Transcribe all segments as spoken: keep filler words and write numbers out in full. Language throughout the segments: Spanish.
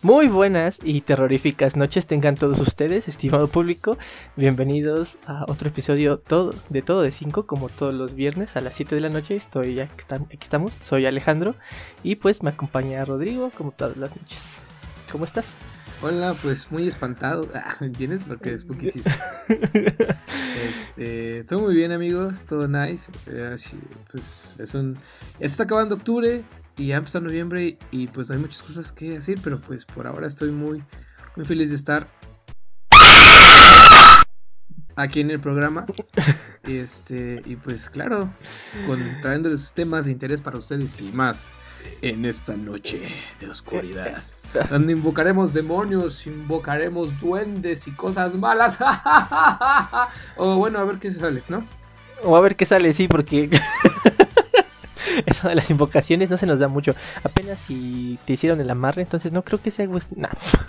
Muy buenas y terroríficas noches tengan todos ustedes, estimado público. Bienvenidos a otro episodio todo, de Todo de cinco, como todos los viernes a las siete de la noche. Estoy aquí, aquí estamos, soy Alejandro y pues me acompaña Rodrigo como todas las noches. ¿Cómo estás? Hola, pues muy espantado. Ah, ¿entiendes? Porque es Spooky Season. Este, todo muy bien, amigos, todo nice. Eh, así, pues es un ya se está acabando octubre y ya empezó noviembre y pues hay muchas cosas que decir, pero pues por ahora estoy muy muy feliz de estar aquí en el programa. Este, y pues claro, con trayéndoles temas de interés para ustedes y más en esta noche de oscuridad, donde invocaremos demonios, invocaremos duendes y cosas malas. O bueno, a ver qué sale, ¿no? O a ver qué sale, sí, porque eso de las invocaciones no se nos da mucho. Apenas si te hicieron el amarre, entonces no creo que sea... Nah.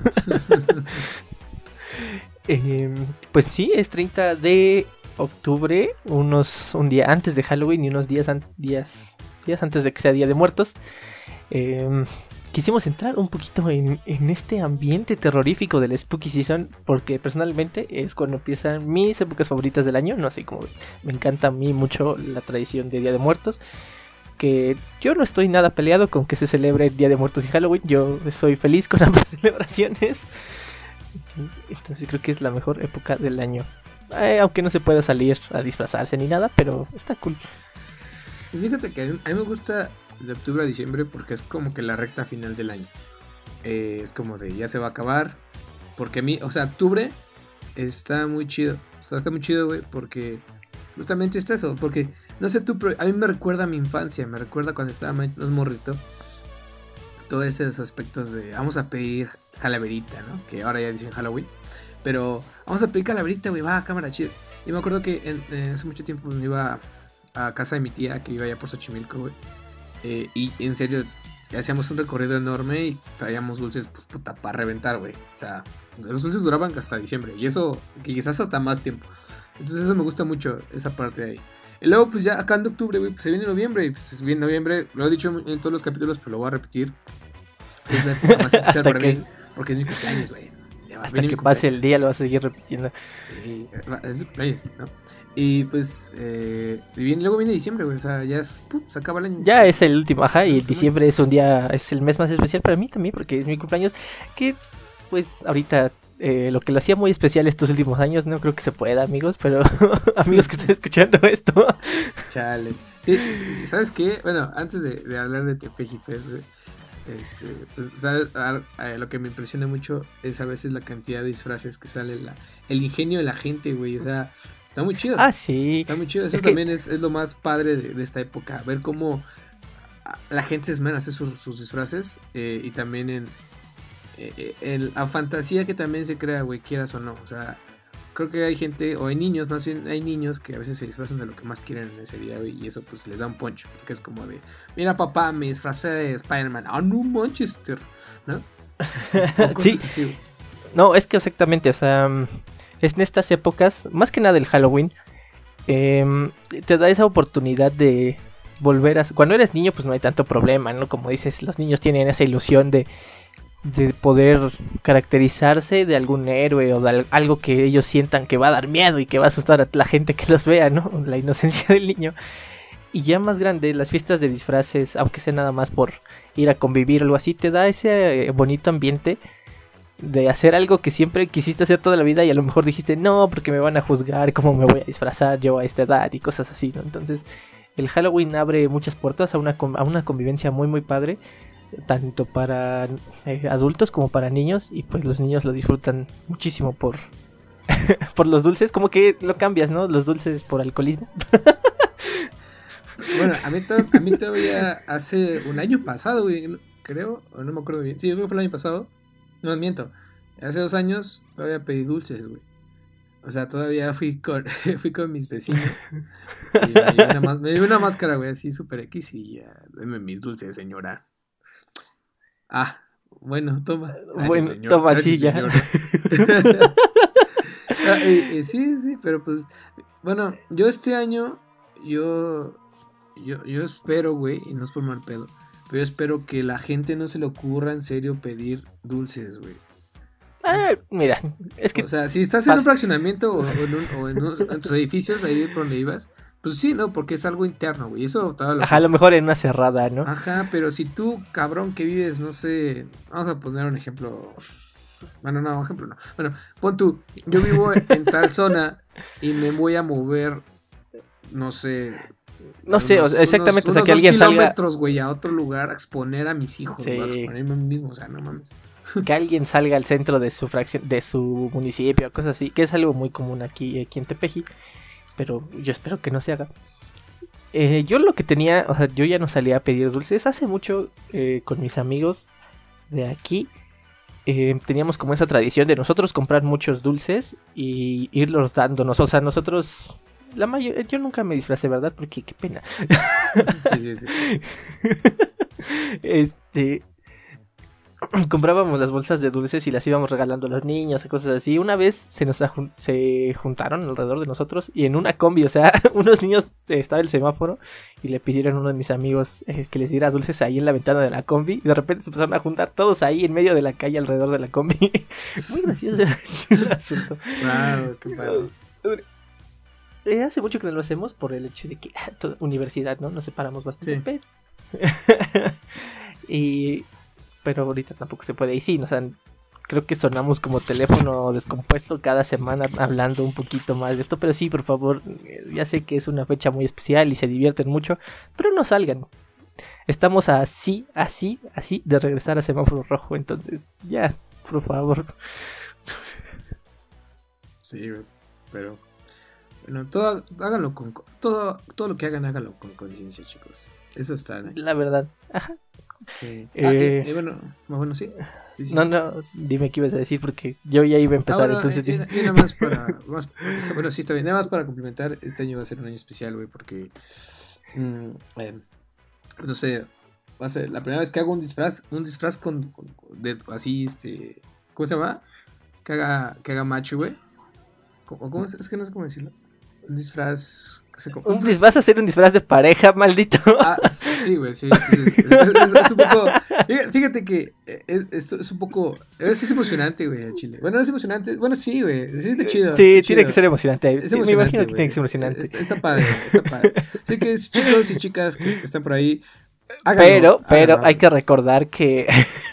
eh, pues sí, es treinta de octubre, unos un día antes de Halloween y unos días, an- días, días antes de que sea Día de Muertos. Eh, quisimos entrar un poquito en, en este ambiente terrorífico del Spooky Season, porque personalmente es cuando empiezan mis épocas favoritas del año. No sé cómo me encanta a mí mucho la tradición de Día de Muertos, que yo no estoy nada peleado con que se celebre Día de Muertos y Halloween. Yo soy feliz con ambas celebraciones. Entonces creo que es la mejor época del año. Eh, aunque no se pueda salir a disfrazarse ni nada, pero está cool. Pues fíjate que a mí me gusta de octubre a diciembre porque es como que la recta final del año. Eh, es como de ya se va a acabar. Porque a mí, o sea, octubre está muy chido. O sea, está muy chido, güey, porque justamente está eso. Porque, no sé tú, pero a mí me recuerda a mi infancia. Me recuerda cuando estaba más morrito. Todos esos aspectos de vamos a pedir calaverita, ¿no? Que ahora ya dicen Halloween. Pero vamos a pedir calaverita, güey, va, cámara, chido. Y me acuerdo que en, en hace mucho tiempo me iba a, a casa de mi tía, que iba allá por Xochimilco, güey. Eh, y en serio, hacíamos un recorrido enorme y traíamos dulces, pues puta, para reventar, güey. O sea, los dulces duraban hasta diciembre. Y eso, que quizás hasta más tiempo. Entonces eso me gusta mucho, esa parte de ahí. Y luego, pues ya acá en octubre, güey, pues se viene noviembre. Y pues se viene noviembre, lo he dicho en todos los capítulos, pero lo voy a repetir. Es la época más especial para que... mí, porque es mi cumpleaños, güey. Hasta que pase el día lo vas a seguir repitiendo. Sí, es mi cumpleaños, ¿no? Y pues, eh, y bien, luego viene diciembre, güey. O sea, ya es, pum, se acaba el año. Ya es el último, ajá. Y diciembre es un día, es el mes más especial para mí también, porque es mi cumpleaños. Que, pues, ahorita eh, lo que lo hacía muy especial estos últimos años, no creo que se pueda, amigos. Pero, amigos que estén escuchando esto. Chale. Sí, sí, ¿sabes qué? Bueno, antes de, de hablar de Tepeji Fest, güey. Este, pues, ¿sabes? A, a, lo que me impresiona mucho es a veces la cantidad de disfraces que sale, la, el ingenio de la gente, güey. O sea, está muy chido. Ah, sí. Está muy chido. Eso es también que... es, es lo más padre de, de esta época. Ver cómo la gente se esmera a hacer sus, sus disfraces. Eh, y también en, eh, en la fantasía que también se crea, güey, quieras o no. O sea, creo que hay gente, o hay niños, más bien hay niños que a veces se disfrazan de lo que más quieren en ese día, güey, y eso pues les da un punch, porque es como de, mira papá, me disfracé de Spider-Man, ah, no Manchester, ¿no? Sí, así. No, es que exactamente, o sea, es en estas épocas, más que nada el Halloween, eh, te da esa oportunidad de volver a... Cuando eres niño pues no hay tanto problema, ¿no? Como dices, los niños tienen esa ilusión de de poder caracterizarse de algún héroe o de algo que ellos sientan que va a dar miedo y que va a asustar a la gente que los vea, ¿no? La inocencia del niño. Y ya más grande, las fiestas de disfraces, aunque sea nada más por ir a convivir o algo así, te da ese bonito ambiente de hacer algo que siempre quisiste hacer toda la vida y a lo mejor dijiste, no, porque me van a juzgar, cómo me voy a disfrazar yo a esta edad y cosas así, ¿no? Entonces, el Halloween abre muchas puertas a una, a una convivencia muy muy padre, tanto para eh, adultos como para niños, y pues los niños lo disfrutan muchísimo por por los dulces, como que lo cambias, ¿no? Los dulces por alcoholismo. Bueno, a mí, to- a mí todavía hace un año pasado, güey, creo, o no me acuerdo bien, sí, creo que fue el año pasado, no miento, hace dos años todavía pedí dulces, güey. O sea, todavía fui con fui con mis vecinos y me dio una, me dio una máscara, güey, así super X y ya, deme mis dulces, señora. Ah, bueno, toma. Gracias, bueno, señor. toma, Gracias, sí, ya. ah, y, y sí, sí, pero pues, bueno, yo este año, yo, yo, yo espero, güey, y no es por mal pedo, Pero espero que la gente no se le ocurra en serio pedir dulces, güey. Ah, mira, es que... O sea, si estás en un fraccionamiento o, o en, un, o en, un, en tus edificios, ahí por donde ibas, pues sí, ¿no? Porque es algo interno, güey. Eso todo lo Ajá, a lo mejor en una cerrada, ¿no? Ajá, pero si tú, cabrón, que vives, no sé... Vamos a poner un ejemplo... Bueno, no, un ejemplo no. Bueno, pon tú, yo vivo en tal zona y me voy a mover, no sé... No sé, unos, o sea, exactamente, unos, o sea, que unos alguien salga... kilómetros, güey, a otro lugar a exponer a mis hijos, Sí. güey, a exponerme a mí mismo, o sea, no mames. Que alguien salga al centro de su fracción, de su municipio, cosas así, que es algo muy común aquí, aquí en Tepeji, pero yo espero que no se haga. Eh, yo lo que tenía, o sea, yo ya no salía a pedir dulces hace mucho eh, con mis amigos de aquí. Eh, teníamos como esa tradición de nosotros comprar muchos dulces y irlos dándonos, o sea, nosotros... La mayor, yo nunca me disfracé, ¿verdad? Porque qué pena. Sí, sí, sí. Este... comprábamos las bolsas de dulces y las íbamos regalando a los niños y cosas así. Una vez se nos ajun- se juntaron alrededor de nosotros y en una combi, o sea, unos niños, eh, estaba el semáforo y le pidieron a uno de mis amigos eh, que les diera dulces ahí en la ventana de la combi y de repente se empezaron a juntar todos ahí en medio de la calle alrededor de la combi. Muy gracioso el asunto. Wow, qué padre. Eh, hace mucho que no lo hacemos por el hecho de que ah, toda universidad, ¿no? Nos separamos bastante. Sí. Pero... y... pero ahorita tampoco se puede. Y sí, o sea, creo que sonamos como teléfono descompuesto cada semana hablando un poquito más de esto. Pero sí, por favor, ya sé que es una fecha muy especial y se divierten mucho, pero no salgan. Estamos así, así, así de regresar a semáforo rojo. Entonces, ya, por favor. Sí, güey, pero... Bueno, todo, háganlo con... Todo, todo lo que hagan, háganlo con conciencia, chicos. Eso está nice. La verdad. Ajá. Sí. Eh... Ah, y, y bueno, bueno, sí. Sí, sí. No, no, dime qué ibas a decir porque yo ya iba a empezar. Ah, bueno, entonces... y, y nada más para... Más, bueno, sí, está bien. Nada más para complementar, este año va a ser un año especial, güey, porque... Mmm, eh, no sé, va a ser la primera vez que hago un disfraz, un disfraz con... con de, así, este... ¿Cómo se llama? Que haga, que haga macho, güey. ¿Cómo, cómo es? Es que no sé cómo decirlo. Un disfraz... Un disfraz, vas a hacer un disfraz de pareja, maldito. Ah, sí, güey, sí. Entonces, es, es, es un poco. Fíjate que es, es, es un poco. Es, es emocionante, güey, el chile. Bueno, no es emocionante. Bueno, sí, güey. Sí, está chido. Sí, está tiene chido. que ser emocionante. Es Sí, emocionante, me imagino que güey. tiene que ser emocionante. Está, está padre, está padre. Así que, chicos y chicas que están por ahí. Háganlo, pero, pero háganlo. hay que recordar que.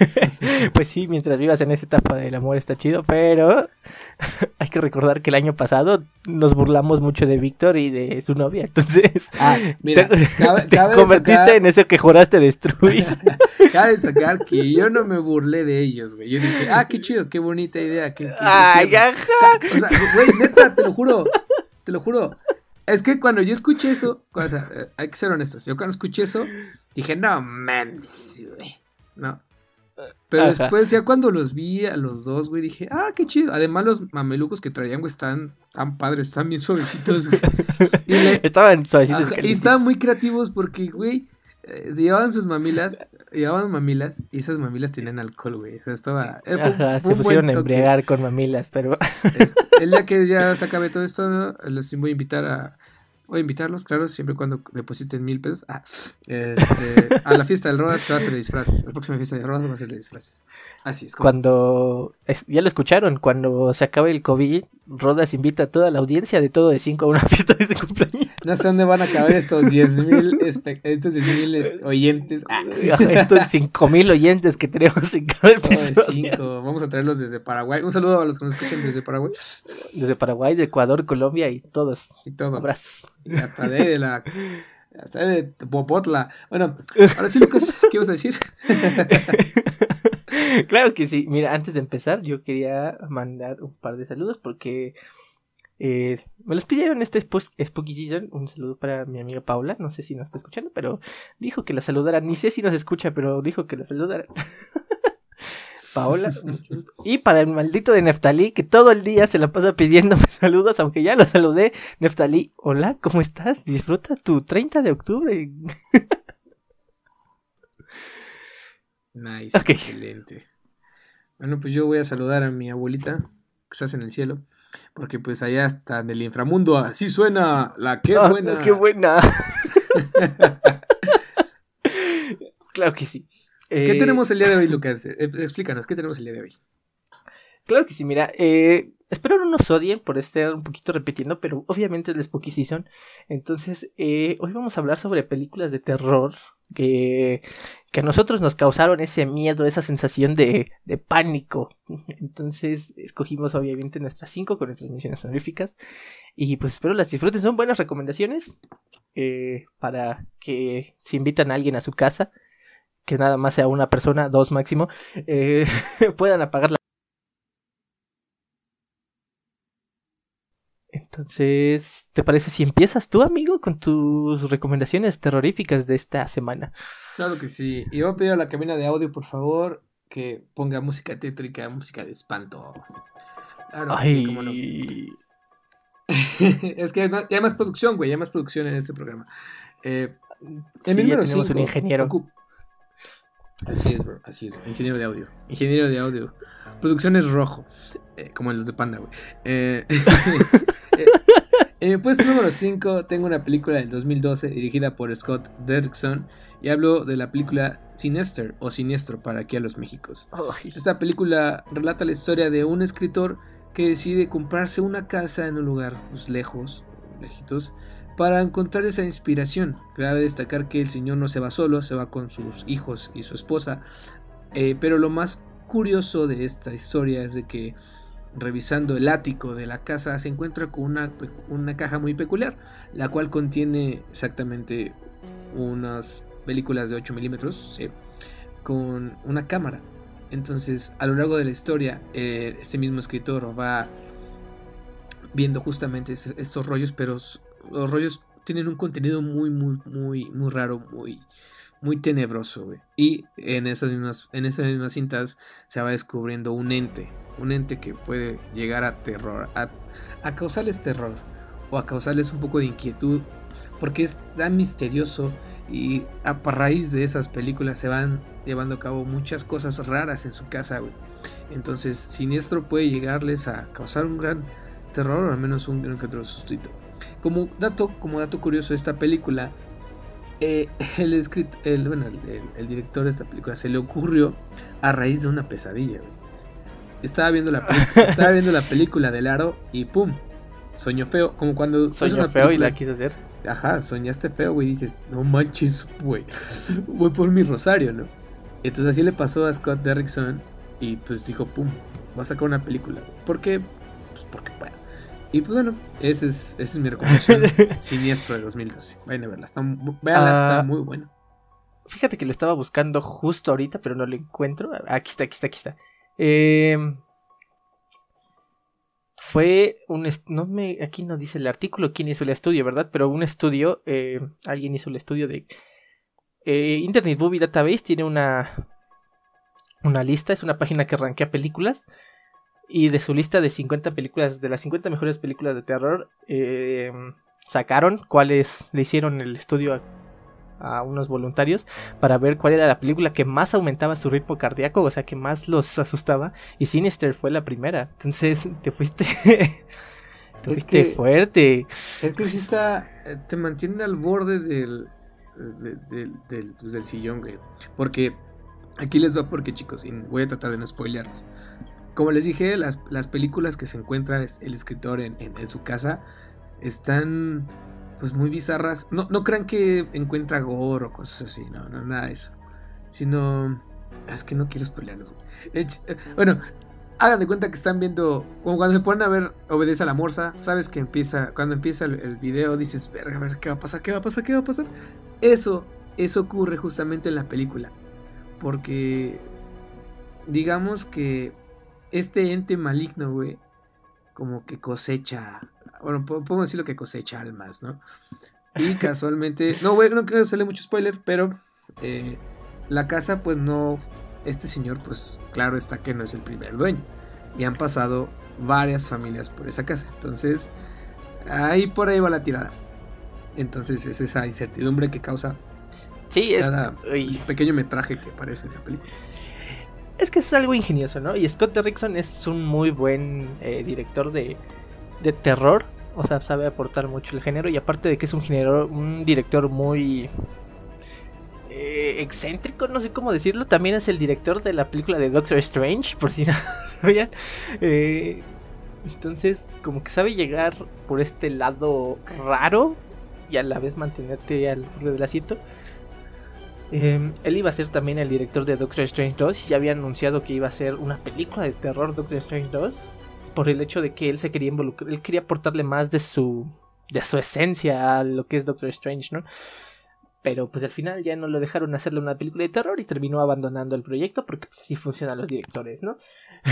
Pues sí, mientras vivas en esa etapa del amor está chido, pero. Hay que recordar que el año pasado nos burlamos mucho de Víctor y de su novia, entonces Ah, mira, te, cabe, te cabe convertiste destacar, en eso que juraste destruir. Cabe destacar que yo no me burlé de ellos, güey. Yo dije, ah, qué chido, qué bonita idea. Qué, qué, Ay, qué, ajá. O sea, güey, neta, te lo juro, te lo juro. Es que cuando yo escuché eso, o sea, eh, hay que ser honestos. Yo cuando escuché eso, dije, no mames, güey. No. Pero Ajá. después, ya cuando los vi a los dos, güey, dije, ah, qué chido. Además, los mamelucos que traían, güey, están tan padres, están bien suavecitos, güey. Y le- Estaban suavecitos y Ajá, y calientes. estaban muy creativos porque, güey, eh, se llevaban sus mamilas, llevaban mamilas, y esas mamilas tenían alcohol, güey. O sea, estaba... eh, fue- Ajá, fue se un pusieron buen a toque. embriagar con mamilas, pero Este, el día que ya se acabe todo esto, ¿no? Les voy a invitar a... Voy a invitarlos, claro, siempre y cuando depositen mil pesos. Ah, este, a la fiesta del Rodas que va a ser de disfraces. La próxima fiesta del Rodas va a ser de disfraces. Así es. Como... cuando, es- ya lo escucharon, cuando se acabe el COVID, Rodas invita a toda la audiencia de todo de cinco a una fiesta de su cumpleaños. No sé dónde van a caber estos diez mil espe- estos diez mil est- oyentes. Ah, Estos cinco mil oyentes que tenemos en cada todo de episodio. cinco. Vamos a traerlos desde Paraguay. Un saludo a los que nos escuchan desde Paraguay. Desde Paraguay, de Ecuador, Colombia y todos. Y todo. Abrazos. Y hasta de, de la... Hasta de Popotla. Bueno, ahora sí, Lucas, ¿qué ibas a decir? Claro que sí. Mira, antes de empezar, yo quería mandar un par de saludos porque eh, me los pidieron este Spo- Spooky Season. Un saludo para mi amiga Paula. No sé si nos está escuchando, pero dijo que la saludara. Ni sé si nos escucha, pero dijo que la saludara. Paola. Y para el maldito de Neftalí, que todo el día se la pasa pidiéndome saludos, aunque ya lo saludé. Neftalí, hola, ¿cómo estás? Disfruta tu treinta de octubre. Nice, Ok. excelente. Bueno, pues yo voy a saludar a mi abuelita, que estás en el cielo, porque pues allá está en el inframundo, así suena la qué Ah, buena. qué buena. Claro que sí. ¿Qué Eh, tenemos el día de hoy, Lucas? Eh, explícanos, ¿qué tenemos el día de hoy? Claro que sí, mira, eh, espero no nos odien por estar un poquito repitiendo, pero obviamente es la Spooky Season. Entonces, eh, hoy vamos a hablar sobre películas de terror que, que a nosotros nos causaron ese miedo, esa sensación de, de pánico. Entonces, escogimos obviamente nuestras cinco con nuestras menciones honoríficas. Y pues espero las disfruten, son buenas recomendaciones eh, para que si invitan a alguien a su casa, que nada más sea una persona, dos máximo, eh, puedan apagar la... Entonces, ¿te parece si empiezas tú, amigo, con tus recomendaciones terroríficas de esta semana? Claro que sí. Y voy a pedir a la cabina de audio, por favor, que ponga música tétrica, música de espanto. Claro que Ay, sí, cómo no. Es que hay más, hay más producción, güey, hay más producción en este programa. Eh, en sí, mi número ya tenemos cinco, un ingeniero. ocu- Así es, bro, así es. Ingeniero de audio. Ingeniero de audio. Producciones rojo. Eh, como en los de Panda, güey. Eh, eh, en el puesto número cinco tengo una película del dos mil doce dirigida por Scott Derrickson. Y hablo de la película Sinister o Siniestro para aquí a los Méxicos. Ay. Esta película relata la historia de un escritor que decide comprarse una casa en un lugar pues, lejos, lejitos, para encontrar esa inspiración. Cabe destacar que el señor no se va solo, se va con sus hijos y su esposa. Eh, pero lo más curioso de esta historia es de que revisando el ático de la casa se encuentra con una, una caja muy peculiar, la cual contiene exactamente unas películas de ocho milímetros, ¿sí? Con una cámara. Entonces, a lo largo de la historia, eh, este mismo escritor va viendo justamente es, estos rollos, pero los rollos tienen un contenido muy, muy, muy, muy raro, muy, muy tenebroso, güey. Y en esas mismas, en esas mismas cintas se va descubriendo un ente, un ente que puede llegar a terror, a, a causarles terror o a causarles un poco de inquietud, porque es tan misterioso. Y a raíz de esas películas se van llevando a cabo muchas cosas raras en su casa, güey. Entonces, Siniestro puede llegarles a causar un gran terror, o al menos un gran que otro sustito. Como dato, como dato curioso de esta película, eh, el, escrit el, bueno, el, el, el director de esta película se le ocurrió a raíz de una pesadilla, güey. Estaba viendo la, estaba viendo la película del Aro y ¡pum! Soñó feo, como cuando soñó una feo película, y la quiso hacer. Ajá, soñaste feo, güey, dices, no manches, güey, voy por mi rosario, ¿no? Entonces así le pasó a Scott Derrickson y pues dijo, pum, voy a sacar una película. ¿Por qué? Pues porque puedo. Y pues bueno, esa es, esa es mi recomendación. Siniestro de dos mil doce. Vayan a verla, está, véanla, uh, está muy buena. Fíjate que lo estaba buscando justo ahorita, pero no lo encuentro. Aquí está, aquí está, aquí está. Eh... Fue un... no me aquí no dice el artículo quién hizo el estudio, ¿verdad? Pero un estudio, eh, alguien hizo el estudio de... Eh, Internet Movie Database tiene una... Una lista, es una página que rankea películas. Y de su lista de cincuenta películas, de las cincuenta mejores películas de terror, eh, sacaron cuáles le hicieron el estudio a, a unos voluntarios para ver cuál era la película que más aumentaba su ritmo cardíaco, o sea, que más los asustaba, y Sinister fue la primera. Entonces te fuiste te fuiste es que, fuerte. Es que sí está, te mantiene al borde del del, del, del, pues del sillón, güey. Porque aquí les va porque, chicos, y voy a tratar de no spoilearlos. Como les dije, las, las películas que se encuentra el escritor en, en, en su casa están pues muy bizarras. No, no crean que encuentra gore o cosas así, no, no, nada de eso. Sino... Es que no quiero spoilearlos, güey. Bueno, hagan de cuenta que están viendo... Como cuando se ponen a ver Obedece a la Morsa, sabes que empieza... Cuando empieza el, el video dices, verga, a ver, ¿qué va a pasar? ¿Qué va a pasar? ¿Qué va a pasar? Eso, eso ocurre justamente en la película. Porque... Digamos que... Este ente maligno, güey, como que cosecha... Bueno, podemos decirlo que cosecha almas, ¿no? Y casualmente... No, güey, no quiero hacerle mucho spoiler, pero... Eh, la casa, pues no... Este señor, pues claro está que no es el primer dueño. Y han pasado varias familias por esa casa. Entonces, ahí por ahí va la tirada. Entonces es esa incertidumbre que causa... Sí, es... cada pequeño metraje que aparece en la película. Es que es algo ingenioso, ¿no? Y Scott Derrickson es un muy buen eh, director de, de terror. O sea, sabe aportar mucho el género. Y aparte de que es un género, un director muy... eh, excéntrico, no sé cómo decirlo. También es el director de la película de Doctor Strange, por si no sabían. Eh, entonces, como que sabe llegar por este lado raro y a la vez mantenerte al borde del asiento. Eh, él iba a ser también el director de Doctor Strange dos y ya había anunciado que iba a ser una película de terror, Doctor Strange dos, por el hecho de que él se quería involucrar, él quería aportarle más de su de su esencia a lo que es Doctor Strange, ¿no? Pero pues al final ya no lo dejaron hacerle una película de terror y terminó abandonando el proyecto porque pues así funcionan los directores, ¿no?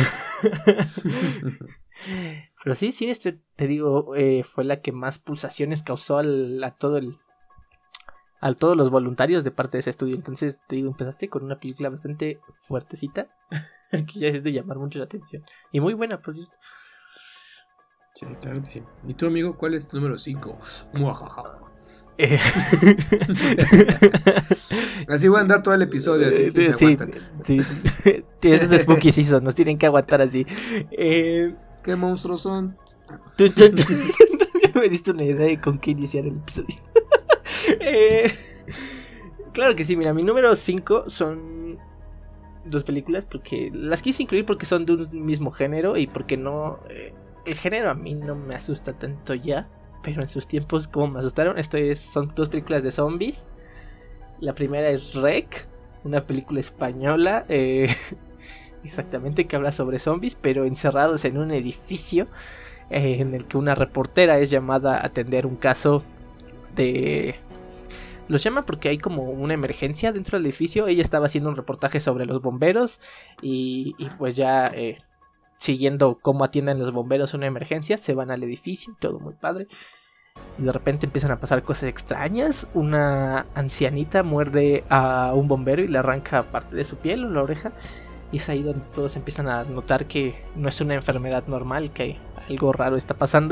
Pero sí, Sinister, te digo, eh, fue la que más pulsaciones causó al, a todo el a todos los voluntarios de parte de ese estudio. Entonces, te digo, empezaste con una película bastante fuertecita que ya es de llamar mucho la atención y muy buena, por cierto. Sí, claro que sí. ¿Y tú, amigo, cuál es tu número cinco? Eh. Así voy a andar todo el episodio, así que sí, se sí, sí. Ese es Spooky Season, nos tienen que aguantar así. Eh, ¿Qué monstruos son? Tú, tú, tú, me diste una idea de con qué iniciar el episodio. eh, claro que sí, mira, mi número cinco son dos películas porque las quise incluir porque son de un mismo género y porque no... Eh, el género a mí no me asusta tanto ya, pero en sus tiempos como me asustaron. Esto es, son dos películas de zombies. La primera es Rec, una película española, eh, exactamente, que habla sobre zombies, pero encerrados en un edificio eh, en el que una reportera es llamada a atender un caso de... Los llama porque hay como una emergencia dentro del edificio. Ella estaba haciendo un reportaje sobre los bomberos y, y pues ya eh, siguiendo cómo atienden los bomberos una emergencia, se van al edificio, todo muy padre. Y de repente empiezan a pasar cosas extrañas. Una ancianita muerde a un bombero y le arranca parte de su piel o la oreja. Y es ahí donde todos empiezan a notar que no es una enfermedad normal, que algo raro está pasando.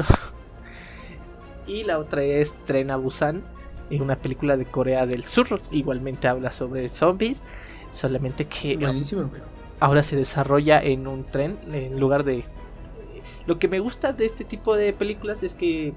Y la otra es Tren a Busan, una película de Corea del Sur. Igualmente habla sobre zombies, solamente que buenísimo, güey. Ahora se desarrolla en un tren en lugar de... Lo que me gusta de este tipo de películas es que,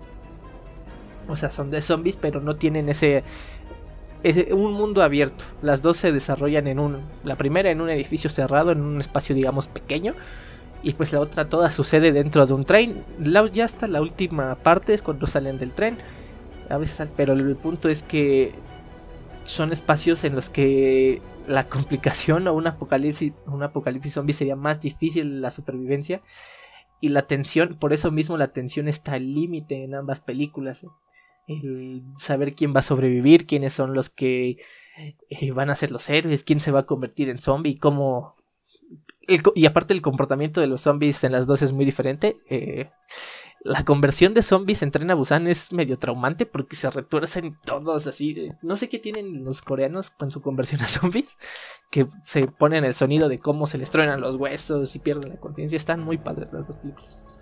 o sea, son de zombies, pero no tienen ese, ese un mundo abierto. Las dos se desarrollan en un... La primera en un edificio cerrado, en un espacio, digamos, pequeño. Y pues la otra toda sucede dentro de un tren. La, ya hasta la última parte es cuando salen del tren. A veces, pero el punto es que son espacios en los que la complicación o un apocalipsis, un apocalipsis zombie sería más difícil la supervivencia. Y la tensión, por eso mismo la tensión está al límite en ambas películas. El saber quién va a sobrevivir, quiénes son los que eh, van a ser los héroes, quién se va a convertir en zombie, y cómo... El, y aparte el comportamiento de los zombies en las dos es muy diferente. Eh, la conversión de zombies en Tren a Busan es medio traumante porque se retuercen todos así. No sé qué tienen los coreanos con su conversión a zombies, que se ponen el sonido de cómo se les truenan los huesos y pierden la conciencia. Están muy padres las dos películas.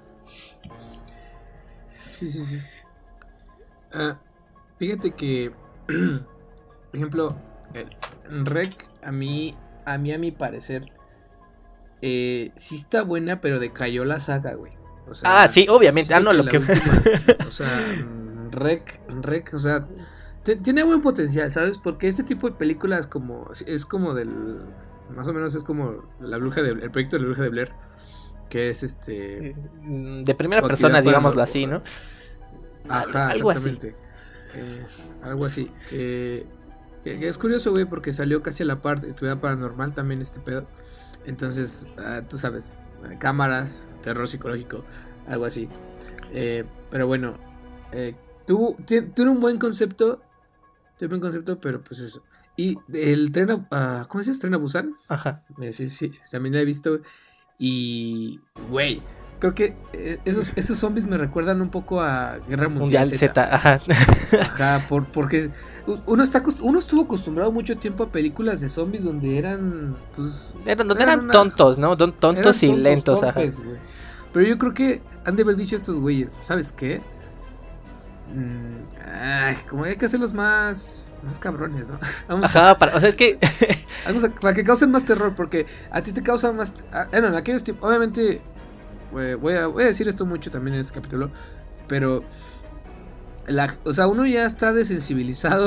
Sí, sí, sí. Uh, fíjate que, por ejemplo, el Rec, a mí, a mí, a mi parecer, eh, sí está buena, pero decayó la saga, güey. O sea, ah, sí, obviamente. Ah, no, lo que... Última, o sea, Rec, Rec, o sea, t- tiene buen potencial, ¿sabes? Porque este tipo de películas como, es como del, más o menos es como la bruja de, el proyecto de la bruja de Blair, que es este... De primera persona, digámoslo así, ¿no? Ajá, algo exactamente. Así. Eh, algo así. Eh, que, que es curioso, güey, porque salió casi a la par de Actividad Paranormal también este pedo. Entonces, uh, tú sabes, cámaras, terror psicológico, algo así. Eh, pero bueno, eh, tuvo, tuvo un buen concepto, tuvo un buen concepto, pero pues eso. Y el tren a, uh, ¿cómo se dice? ¿Tren a Busan? Ajá. Eh, sí, sí, también la he visto. Y, güey, creo que eh, esos, esos zombies me recuerdan un poco a Guerra Mundial, Mundial Z. Z. Ajá. Ajá, por, porque uno está uno estuvo acostumbrado mucho tiempo a películas de zombies donde eran, pues, eran, donde eran, eran una, tontos, ¿no? Don, tontos y tontos, lentos, torpes, ajá. Güey. Pero yo creo que han de haber dicho estos güeyes, ¿sabes qué? Mm, ay, como hay que hacerlos más, más cabrones, ¿no? Vamos ajá, a, para, o sea, es que vamos a, para que causen más terror, porque a ti te causa más, bueno, en aquellos tiempos, obviamente. Voy a, voy a decir esto mucho también en este capítulo, pero la, o sea, uno ya está desensibilizado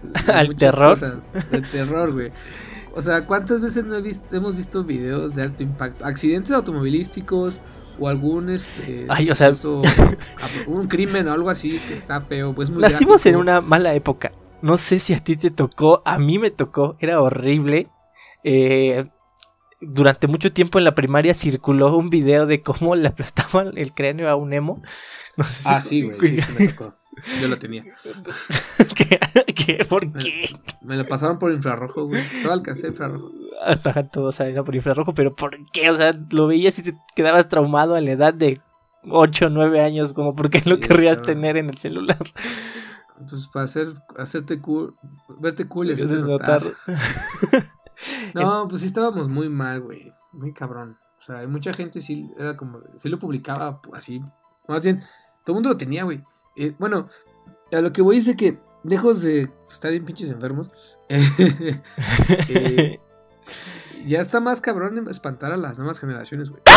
al terror. Cosas, de terror, güey. O sea, ¿cuántas veces no he visto, hemos visto videos de alto impacto? Accidentes automovilísticos o algún este Ay, o sea, suceso, un crimen o algo así que está feo, pues muy nacimos gráfico. en una mala época. No sé si a ti te tocó, a mí me tocó, era horrible. Eh, durante mucho tiempo en la primaria circuló un video de cómo le aplastaban el cráneo a un emo. No sé Ah, si sí, güey, sí, sí me tocó. Yo lo tenía. ¿Qué? ¿Qué? ¿Por qué? Me, me lo pasaron por infrarrojo, güey. Todo alcancé infrarrojo. Ajá, todo, o sea, era por infrarrojo, pero ¿por qué? O sea, lo veías y te quedabas traumado a la edad de ocho o nueve años, como ¿por qué lo Sí, querrías estaba... tener en el celular? Pues para hacer, hacerte cool, verte cool y hacerte notar. notar. No, pues sí estábamos muy mal, güey. Muy cabrón. O sea, hay mucha gente sí era como, sí lo publicaba así. Más bien, todo el mundo lo tenía, güey. Eh, bueno, a lo que voy es de que, lejos de estar bien pinches enfermos, eh, ya está más cabrón espantar a las nuevas generaciones, güey.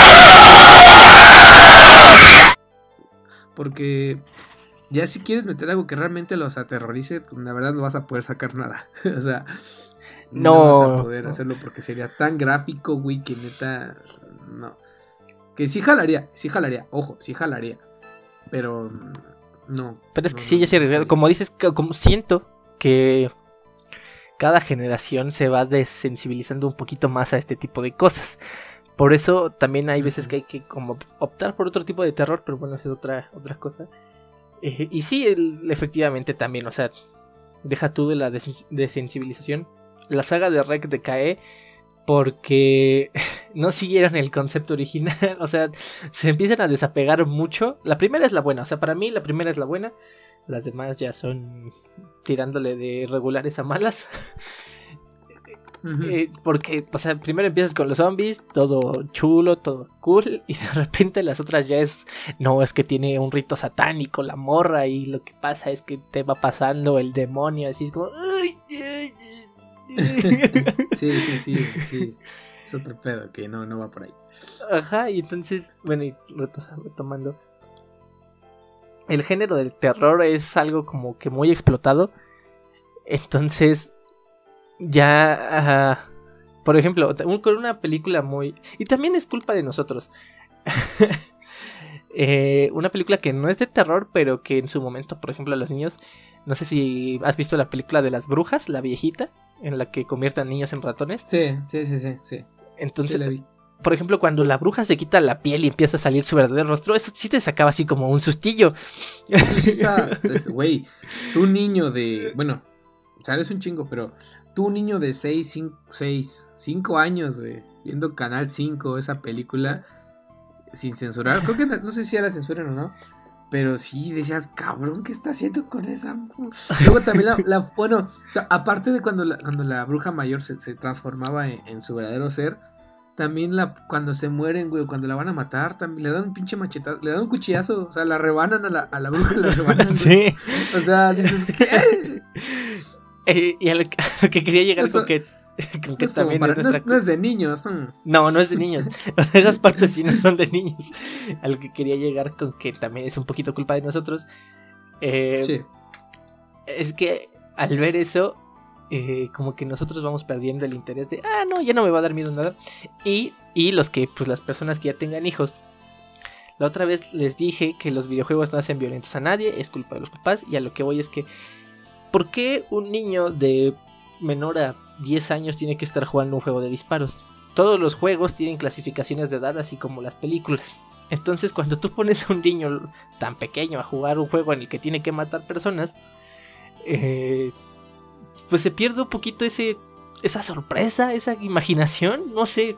Porque ya si quieres meter algo que realmente los aterrorice, pues la verdad no vas a poder sacar nada. O sea, no, no vas a poder no. hacerlo porque sería tan gráfico, güey, que neta, no. Que sí jalaría, sí jalaría, ojo, sí jalaría. Pero no. Pero es no, que sí, no, ya se arriesga. Como dices, como siento que cada generación se va desensibilizando un poquito más a este tipo de cosas. Por eso también hay veces que hay que como optar por otro tipo de terror, pero bueno, esa es otra, otra cosa. Eh, y sí, el, efectivamente también, o sea, deja tú de la des- desensibilización. La saga de Rec decae porque no siguieron el concepto original, o sea, se empiezan a desapegar mucho. La primera es la buena, o sea, para mí la primera es la buena, las demás ya son tirándole de regulares a malas. Uh-huh. eh, porque, o sea, primero empiezas con los zombies, todo chulo, todo cool, y de repente las otras ya es, no, es que tiene un rito satánico la morra, y lo que pasa es que te va pasando el demonio, así es como, ay, ay, sí, sí, sí, sí, es otro pedo que no, no va por ahí. Ajá, y entonces, bueno, y retomando, el género del terror es algo como que muy explotado, entonces ya, uh, por ejemplo, con una película muy, y también es culpa de nosotros, eh, una película que no es de terror, pero que en su momento, por ejemplo, a los niños, no sé si has visto la película de las brujas, la viejita, en la que convierten niños en ratones. Sí, sí, sí, sí, sí. Entonces, sí la vi. Por ejemplo, cuando la bruja se quita la piel y empieza a salir su verdadero rostro, eso sí te sacaba así como un sustillo. Eso sí está, güey, tú niño de, bueno, sabes un chingo, pero tú niño de seis, cinco años, güey, viendo Canal cinco, esa película, sin censurar, creo que no, no sé si era censura o no, pero sí decías, cabrón, ¿qué está haciendo con esa? Luego también la, la bueno, aparte de cuando la, cuando la bruja mayor se, se transformaba en, en su verdadero ser, también la cuando se mueren, güey, cuando la van a matar, también le dan un pinche machetazo, le dan un cuchillazo, o sea, la rebanan a la, a la bruja, la rebanan. Sí. O sea, dices, ¿qué? Eh, y a lo, que, a lo que quería llegar Eso, con que, con que no también para, es, no, es, no es de niños. Son... No, no es de niños. Esas partes sí no son de niños. A lo que quería llegar con que también es un poquito culpa de nosotros. Eh, sí. Es que al ver eso, eh, como que nosotros vamos perdiendo el interés de, ah, no, ya no me va a dar miedo nada. Y, y los que, pues las personas que ya tengan hijos. La otra vez les dije que los videojuegos no hacen violentos a nadie, es culpa de los papás. Y a lo que voy es que, ¿por qué un niño de menor a diez años tiene que estar jugando un juego de disparos? Todos los juegos tienen clasificaciones de edad, así como las películas. Entonces, cuando tú pones a un niño tan pequeño a jugar un juego en el que tiene que matar personas, eh, pues se pierde un poquito ese esa sorpresa, esa imaginación, no sé.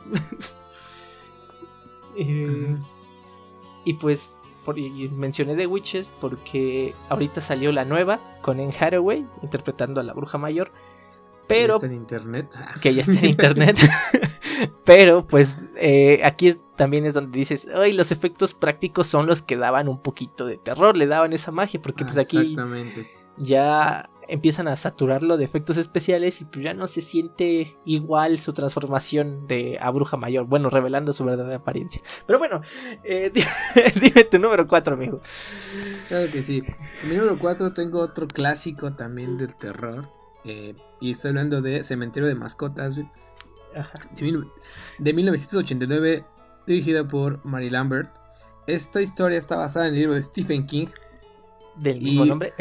eh, uh-huh. Y pues por, y mencioné The Witches porque ahorita salió la nueva con Anne Hathaway interpretando a la bruja mayor, pero que ya está en internet, que ya está en internet. Pero pues eh, aquí es, también es donde dices, ay, los efectos prácticos son los que daban un poquito de terror, le daban esa magia, porque ah, pues aquí exactamente. ya empiezan a saturarlo de efectos especiales y pues ya no se siente igual su transformación de a bruja mayor, bueno, revelando su verdadera apariencia. Pero bueno, eh, dime, dime tu número cuatro, amigo. Claro que sí. En mi número cuatro tengo otro clásico también del terror, eh, y estoy hablando de Cementerio de Mascotas, de, mil, de mil novecientos ochenta y nueve, dirigida por Mary Lambert. Esta historia está basada en el libro de Stephen King. ¿Del mismo y... nombre?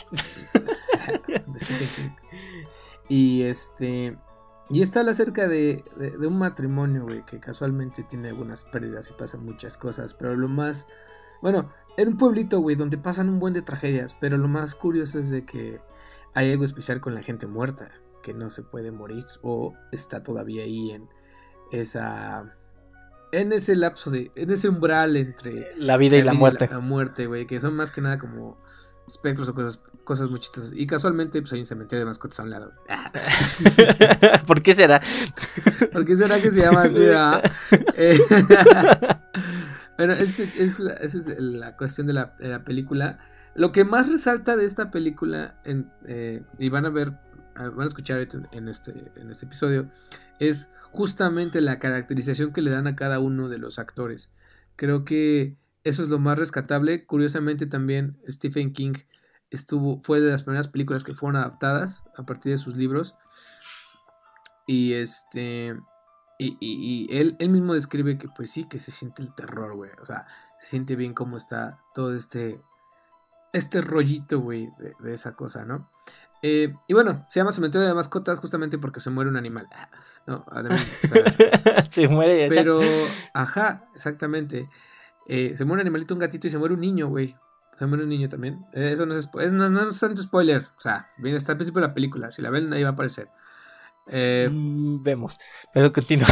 de Stephen King. Y este y esta habla acerca de, de, de un matrimonio, güey, que casualmente tiene algunas pérdidas y pasan muchas cosas, pero lo más, bueno, en un pueblito, güey, donde pasan un buen de tragedias, pero lo más curioso es de que hay algo especial con la gente muerta, que no se puede morir o está todavía ahí en esa en ese lapso de, en ese umbral entre la vida y la, la muerte. Y la, la muerte, güey, que son más que nada como espectros o cosas, cosas muy chistosas. Y casualmente, pues hay un cementerio de mascotas a un lado. ¿Por qué será? ¿Por qué será que se llama así? Eh, bueno, esa es, es, es la cuestión de la, de la película. Lo que más resalta de esta película, en, eh, y van a ver, van a escuchar en este, en este episodio, es justamente la caracterización que le dan a cada uno de los actores. Creo que eso es lo más rescatable. Curiosamente también Stephen King estuvo, fue de las primeras películas que fueron adaptadas a partir de sus libros. Y este y, y, y él, él mismo describe que pues sí, que se siente el terror, güey. O sea, se siente bien cómo está todo este este rollito, güey, de, de esa cosa, ¿no? Eh, y bueno, se llama Cementerio de Mascotas justamente porque se muere un animal. No, además, o sea, se muere. Pero, ajá, exactamente. Eh, se muere un animalito, un gatito y se muere un niño, güey. Se muere un niño también. Eh, eso no es, es, no, no es tanto spoiler. O sea, viene hasta el principio de la película. Si la ven, ahí va a aparecer. Eh, mm, vemos. Pero continúa.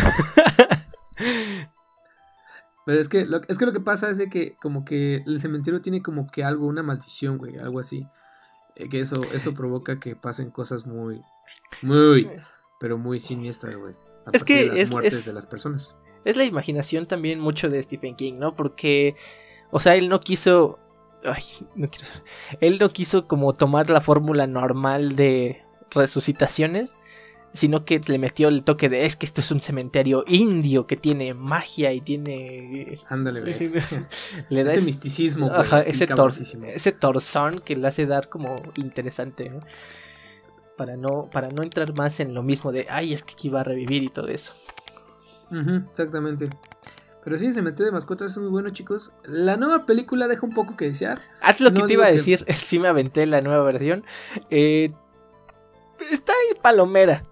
Pero es que, lo, es que lo que pasa es de que como que el cementerio tiene como que algo, una maldición, güey, algo así. Eh, que eso, eso provoca que pasen cosas muy, muy, pero muy siniestras, güey. Es que de las es, muertes es, de las personas. Es la imaginación también mucho de Stephen King, ¿no? Porque, o sea, él no quiso... Ay, no quiero... Él no quiso como tomar la fórmula normal de resucitaciones, sino que le metió el toque de, es que esto es un cementerio indio que tiene magia y tiene... Ándale, güey. Le da ese es... misticismo, güey. Ajá, ese, tor... ese torzón que le hace dar como interesante, ¿no? Para no, para no entrar más en lo mismo de, ay, es que aquí va a revivir y todo eso. Uh-huh, exactamente. Pero sí, Cementerio de Mascotas es muy bueno, chicos. La nueva película deja un poco que desear. Haz lo no que te iba a decir, que... sí me aventé la nueva versión. Eh, está ahí palomera.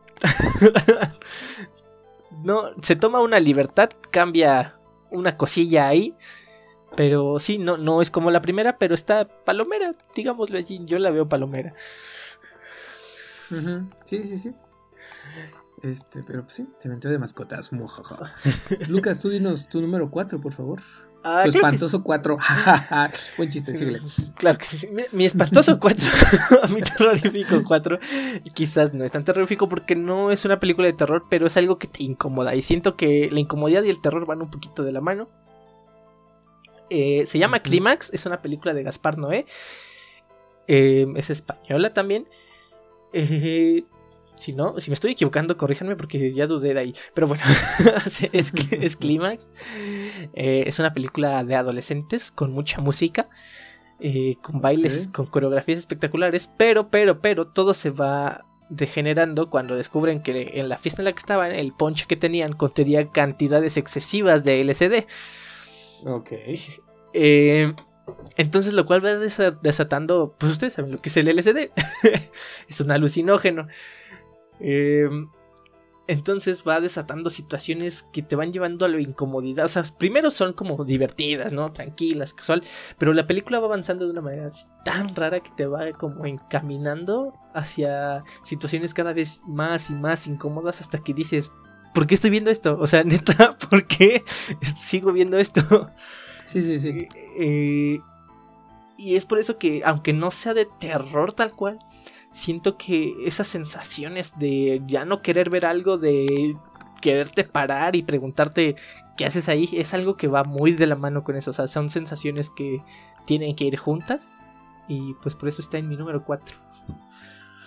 No, se toma una libertad, cambia una cosilla ahí. Pero sí, no, no es como la primera, pero está palomera, digámoslo así. Yo la veo palomera. Uh-huh. Sí, sí, sí. Este, pero pues sí, Cementerio de Mascotas. Mojaja. Lucas, tú dinos tu número cuatro, por favor. Ah, tu espantoso cuatro. Buen chiste, síguele. Claro que sí. Mi, mi espantoso cuatro. Mi terrorífico cuatro. Quizás no es tan terrorífico porque no es una película de terror, pero es algo que te incomoda. Y siento que la incomodidad y el terror van un poquito de la mano. Eh, se llama uh-huh. Clímax. Es una película de Gaspar Noé. Eh, es española también. Eh. Si no, si me estoy equivocando, corríjanme porque ya dudé de ahí. Pero bueno, es, es Clímax. Eh, es una película de adolescentes con mucha música, eh, con bailes, okay. con coreografías espectaculares. Pero, pero, pero, todo se va degenerando cuando descubren que en la fiesta en la que estaban, el ponche que tenían contenía cantidades excesivas de L S D. Ok. Eh... Entonces lo cual va desatando, pues ustedes saben lo que es el L S D. Es un alucinógeno. Eh, entonces va desatando situaciones que te van llevando a la incomodidad. O sea, primero son como divertidas, ¿no? Tranquilas, casual. Pero la película va avanzando de una manera así, tan rara que te va como encaminando hacia situaciones cada vez más y más incómodas hasta que dices, ¿por qué estoy viendo esto? O sea, neta, ¿por qué sigo viendo esto? Sí, sí, sí. Eh, y es por eso que, aunque no sea de terror tal cual, siento que esas sensaciones de ya no querer ver algo, de quererte parar y preguntarte qué haces ahí, es algo que va muy de la mano con eso. O sea, son sensaciones que tienen que ir juntas. Y pues por eso está en mi número cuatro.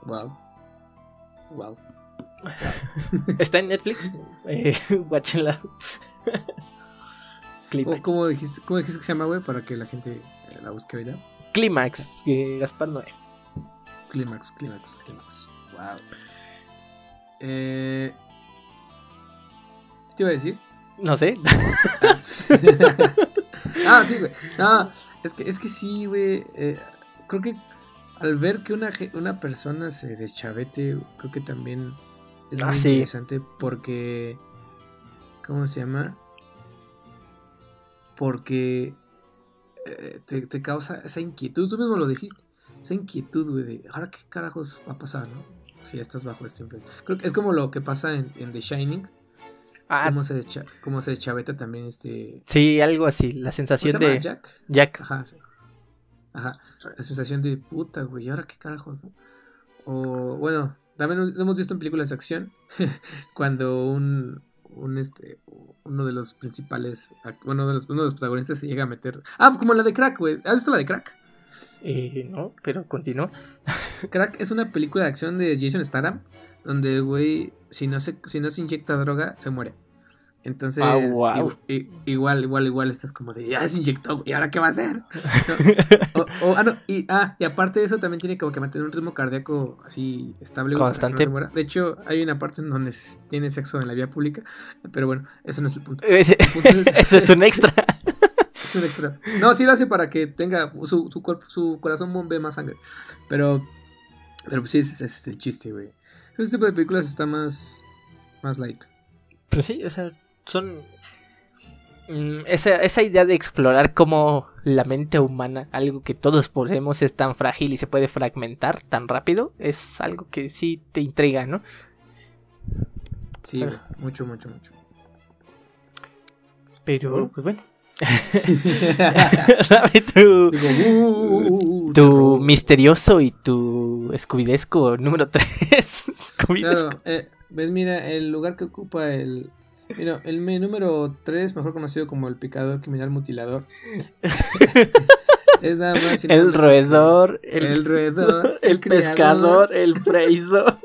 Wow. Wow. Está en Netflix. Eh, Watchenla. Clímax. ¿Cómo dijiste, ¿Cómo dijiste que se llama, güey? Para que la gente la busque ahorita. Clímax, eh, Gaspar Noé. Clímax, Clímax, Clímax. Wow. Eh... ¿Qué te iba a decir? No sé. Ah, sí, güey. No, es que, es que sí, güey. Eh, creo que al ver que una, una persona se deschavete, creo que también es ah, muy sí. interesante porque... ¿Cómo se llama? Porque eh, te, te causa esa inquietud. Tú mismo lo dijiste. Esa inquietud, güey, de ahora qué carajos va a pasar, ¿no? Si ya estás bajo esta influencia. Creo que es como lo que pasa en, en The Shining. Ah, cómo se, descha, cómo se deschaveta también este... Sí, algo así. La sensación de... Jack. Jack. Ajá, sí. Ajá. La sensación de puta, güey, ahora qué carajos, ¿no? O, bueno, también lo hemos visto en películas de acción. Cuando un... un este uno de los principales, uno de los, uno de los protagonistas se llega a meter. Ah, como la de Crack, güey. ¿Has visto la de Crack? Eh, no, pero continúa. Crack es una película de acción de Jason Statham, donde el güey, si no se, si no se inyecta droga, se muere. Entonces, ah, wow. igual, igual, igual, igual estás como de, ya se inyectó, ¿y ahora qué va a hacer? ¿No? O, o, ah, no, y, ah, y aparte de eso también tiene como que mantener un ritmo cardíaco así estable. Constante. Para que no se muera. De hecho, hay una parte en donde tiene sexo en la vía pública, pero bueno, eso no es el punto. Ese, el punto es, eso es un extra. Es un extra. No, sí lo hace para que tenga su, su, cuerpo, su corazón bombe más sangre. Pero, pero pues sí, ese, ese es el chiste, güey. Ese tipo de películas está más, más light. Pues sí, o sea, son... Esa, esa idea de explorar cómo la mente humana, algo que todos poseemos, es tan frágil y se puede fragmentar tan rápido, es algo que sí te intriga, ¿no? Sí, pero... mucho, mucho, mucho. Pero, pues bueno. Dame tu, Digo, uh, uh, uh, tu misterioso y tu escubidesco número tres. Claro, eh, ves, mira, el lugar que ocupa el... Mira, el número tres, mejor conocido como el picador criminal mutilador. Es nada más. El nada roedor. Que... El, el roedor. El, el pescador. El freidor.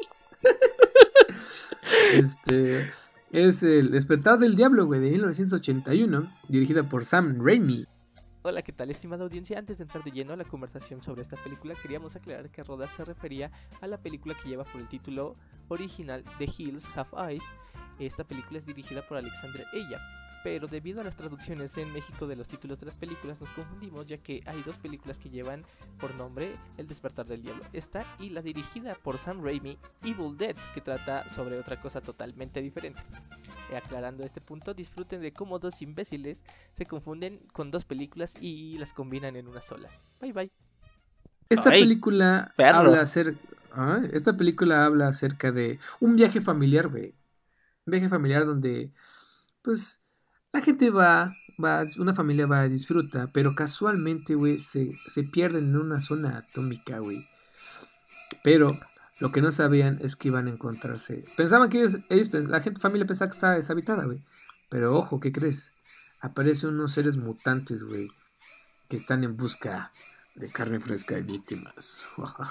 Este. Es El Despertar del Diablo, güey, de mil novecientos ochenta y uno, dirigida por Sam Raimi. Hola, ¿qué tal, estimada audiencia? Antes de entrar de lleno a la conversación sobre esta película, queríamos aclarar que Rodas se refería a la película que lleva por el título original The Hills Have Eyes. Esta película es dirigida por Alexandre Ella, pero debido a las traducciones en México de los títulos de las películas nos confundimos, ya que hay dos películas que llevan por nombre El Despertar del Diablo. Esta y la dirigida por Sam Raimi, Evil Dead, que trata sobre otra cosa totalmente diferente. Eh, aclarando este punto, disfruten de cómo dos imbéciles se confunden con dos películas y las combinan en una sola. Bye bye. Esta Ay, película perro. habla acerca, ¿ah? Esta película habla acerca de un viaje familiar, güey. Un viaje familiar donde, pues, la gente va, va, una familia va, disfruta, pero casualmente, güey, se, se pierden en una zona atómica, güey. Pero lo que no sabían es que iban a encontrarse. Pensaban que ellos, ellos la gente, familia pensaba que estaba deshabitada, güey. Pero ojo, ¿qué crees? Aparecen unos seres mutantes, güey, que están en busca de carne fresca y víctimas.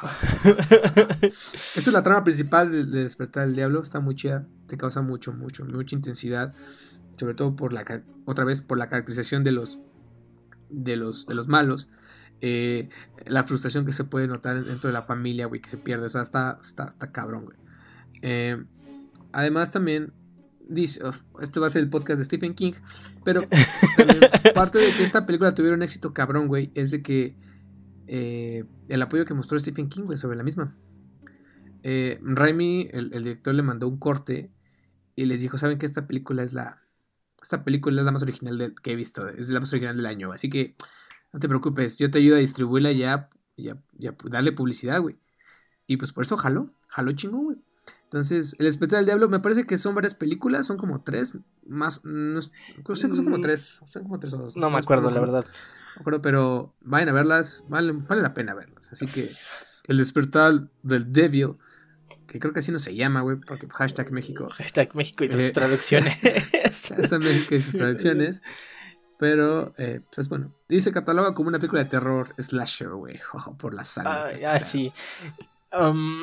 Esa es la trama principal de, de Despertar del Diablo. Está muy chida, te causa mucho, mucho, mucha intensidad. Sobre todo por la, otra vez, por la caracterización de los, de los, de los malos. Eh, la frustración que se puede notar dentro de la familia, güey, que se pierde. O sea, está, está, está cabrón, güey. Eh, además, también dice, oh, este va a ser el podcast de Stephen King. Pero también, parte de que esta película tuviera un éxito cabrón, güey, es de que eh, el apoyo que mostró Stephen King, güey, sobre la misma. Eh, Raimi, el, el director, le mandó un corte y les dijo, ¿saben que esta película es la esta película es la más original de, que he visto, es la más original del año, así que no te preocupes, yo te ayudo a distribuirla ya, ya, ya darle publicidad, güey. Y pues por eso jaló, jaló chingón, güey. Entonces, El Despertar del Diablo, me parece que son varias películas, son como tres, más, no, creo que son como tres, son como tres o dos. No, no me acuerdo, no, la verdad. No me acuerdo, pero vayan a verlas, vale, vale la pena verlas. Así que El Despertar del Devil, que creo que así no se llama, güey, porque hashtag México. Hashtag México y sus eh, traducciones. Hashtag México y sus traducciones. Pero, eh, pues bueno, y se cataloga como una película de terror slasher, güey, por la sangre. Ah, ah sí. Um,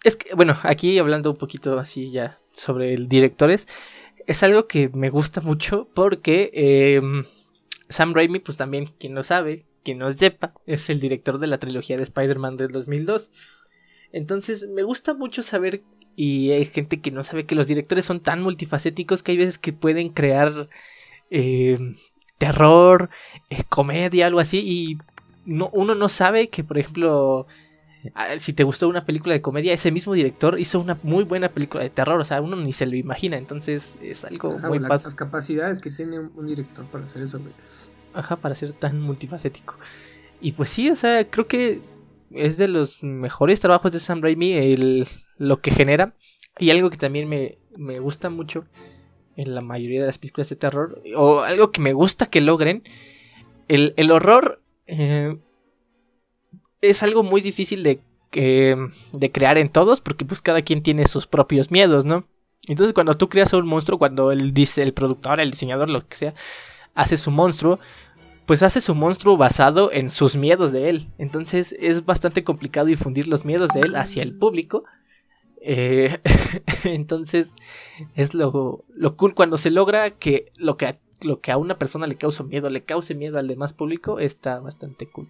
es que, bueno, aquí hablando un poquito así ya sobre el directores, es algo que me gusta mucho porque eh, Sam Raimi, pues también, quien lo sabe, quien no sepa, es el director de la trilogía de Spider-Man del dos mil dos. Entonces me gusta mucho saber, y hay gente que no sabe, que los directores son tan multifacéticos que hay veces que pueden crear eh, terror, eh, comedia, algo así, y no, uno no sabe que, por ejemplo, si te gustó una película de comedia, ese mismo director hizo una muy buena película de terror, o sea, uno ni se lo imagina, entonces es algo Ajá, muy la, padre. las capacidades que tiene un, un director para hacer eso, güey. Ajá, para ser tan multifacético. Y pues sí, o sea, creo que es de los mejores trabajos de Sam Raimi el, lo que genera. Y algo que también me, me gusta mucho en la mayoría de las películas de terror, o algo que me gusta que logren, el, el horror eh, es algo muy difícil de, eh, de crear en todos, porque pues cada quien tiene sus propios miedos, ¿no? Entonces cuando tú creas un monstruo, cuando el, dice, el productor, el diseñador, lo que sea, hace su monstruo, pues hace su monstruo basado en sus miedos de él. Entonces es bastante complicado difundir los miedos de él hacia el público. Eh, entonces es lo, lo cool cuando se logra que lo, que lo que a una persona le causa miedo le cause miedo al demás público. Está bastante cool.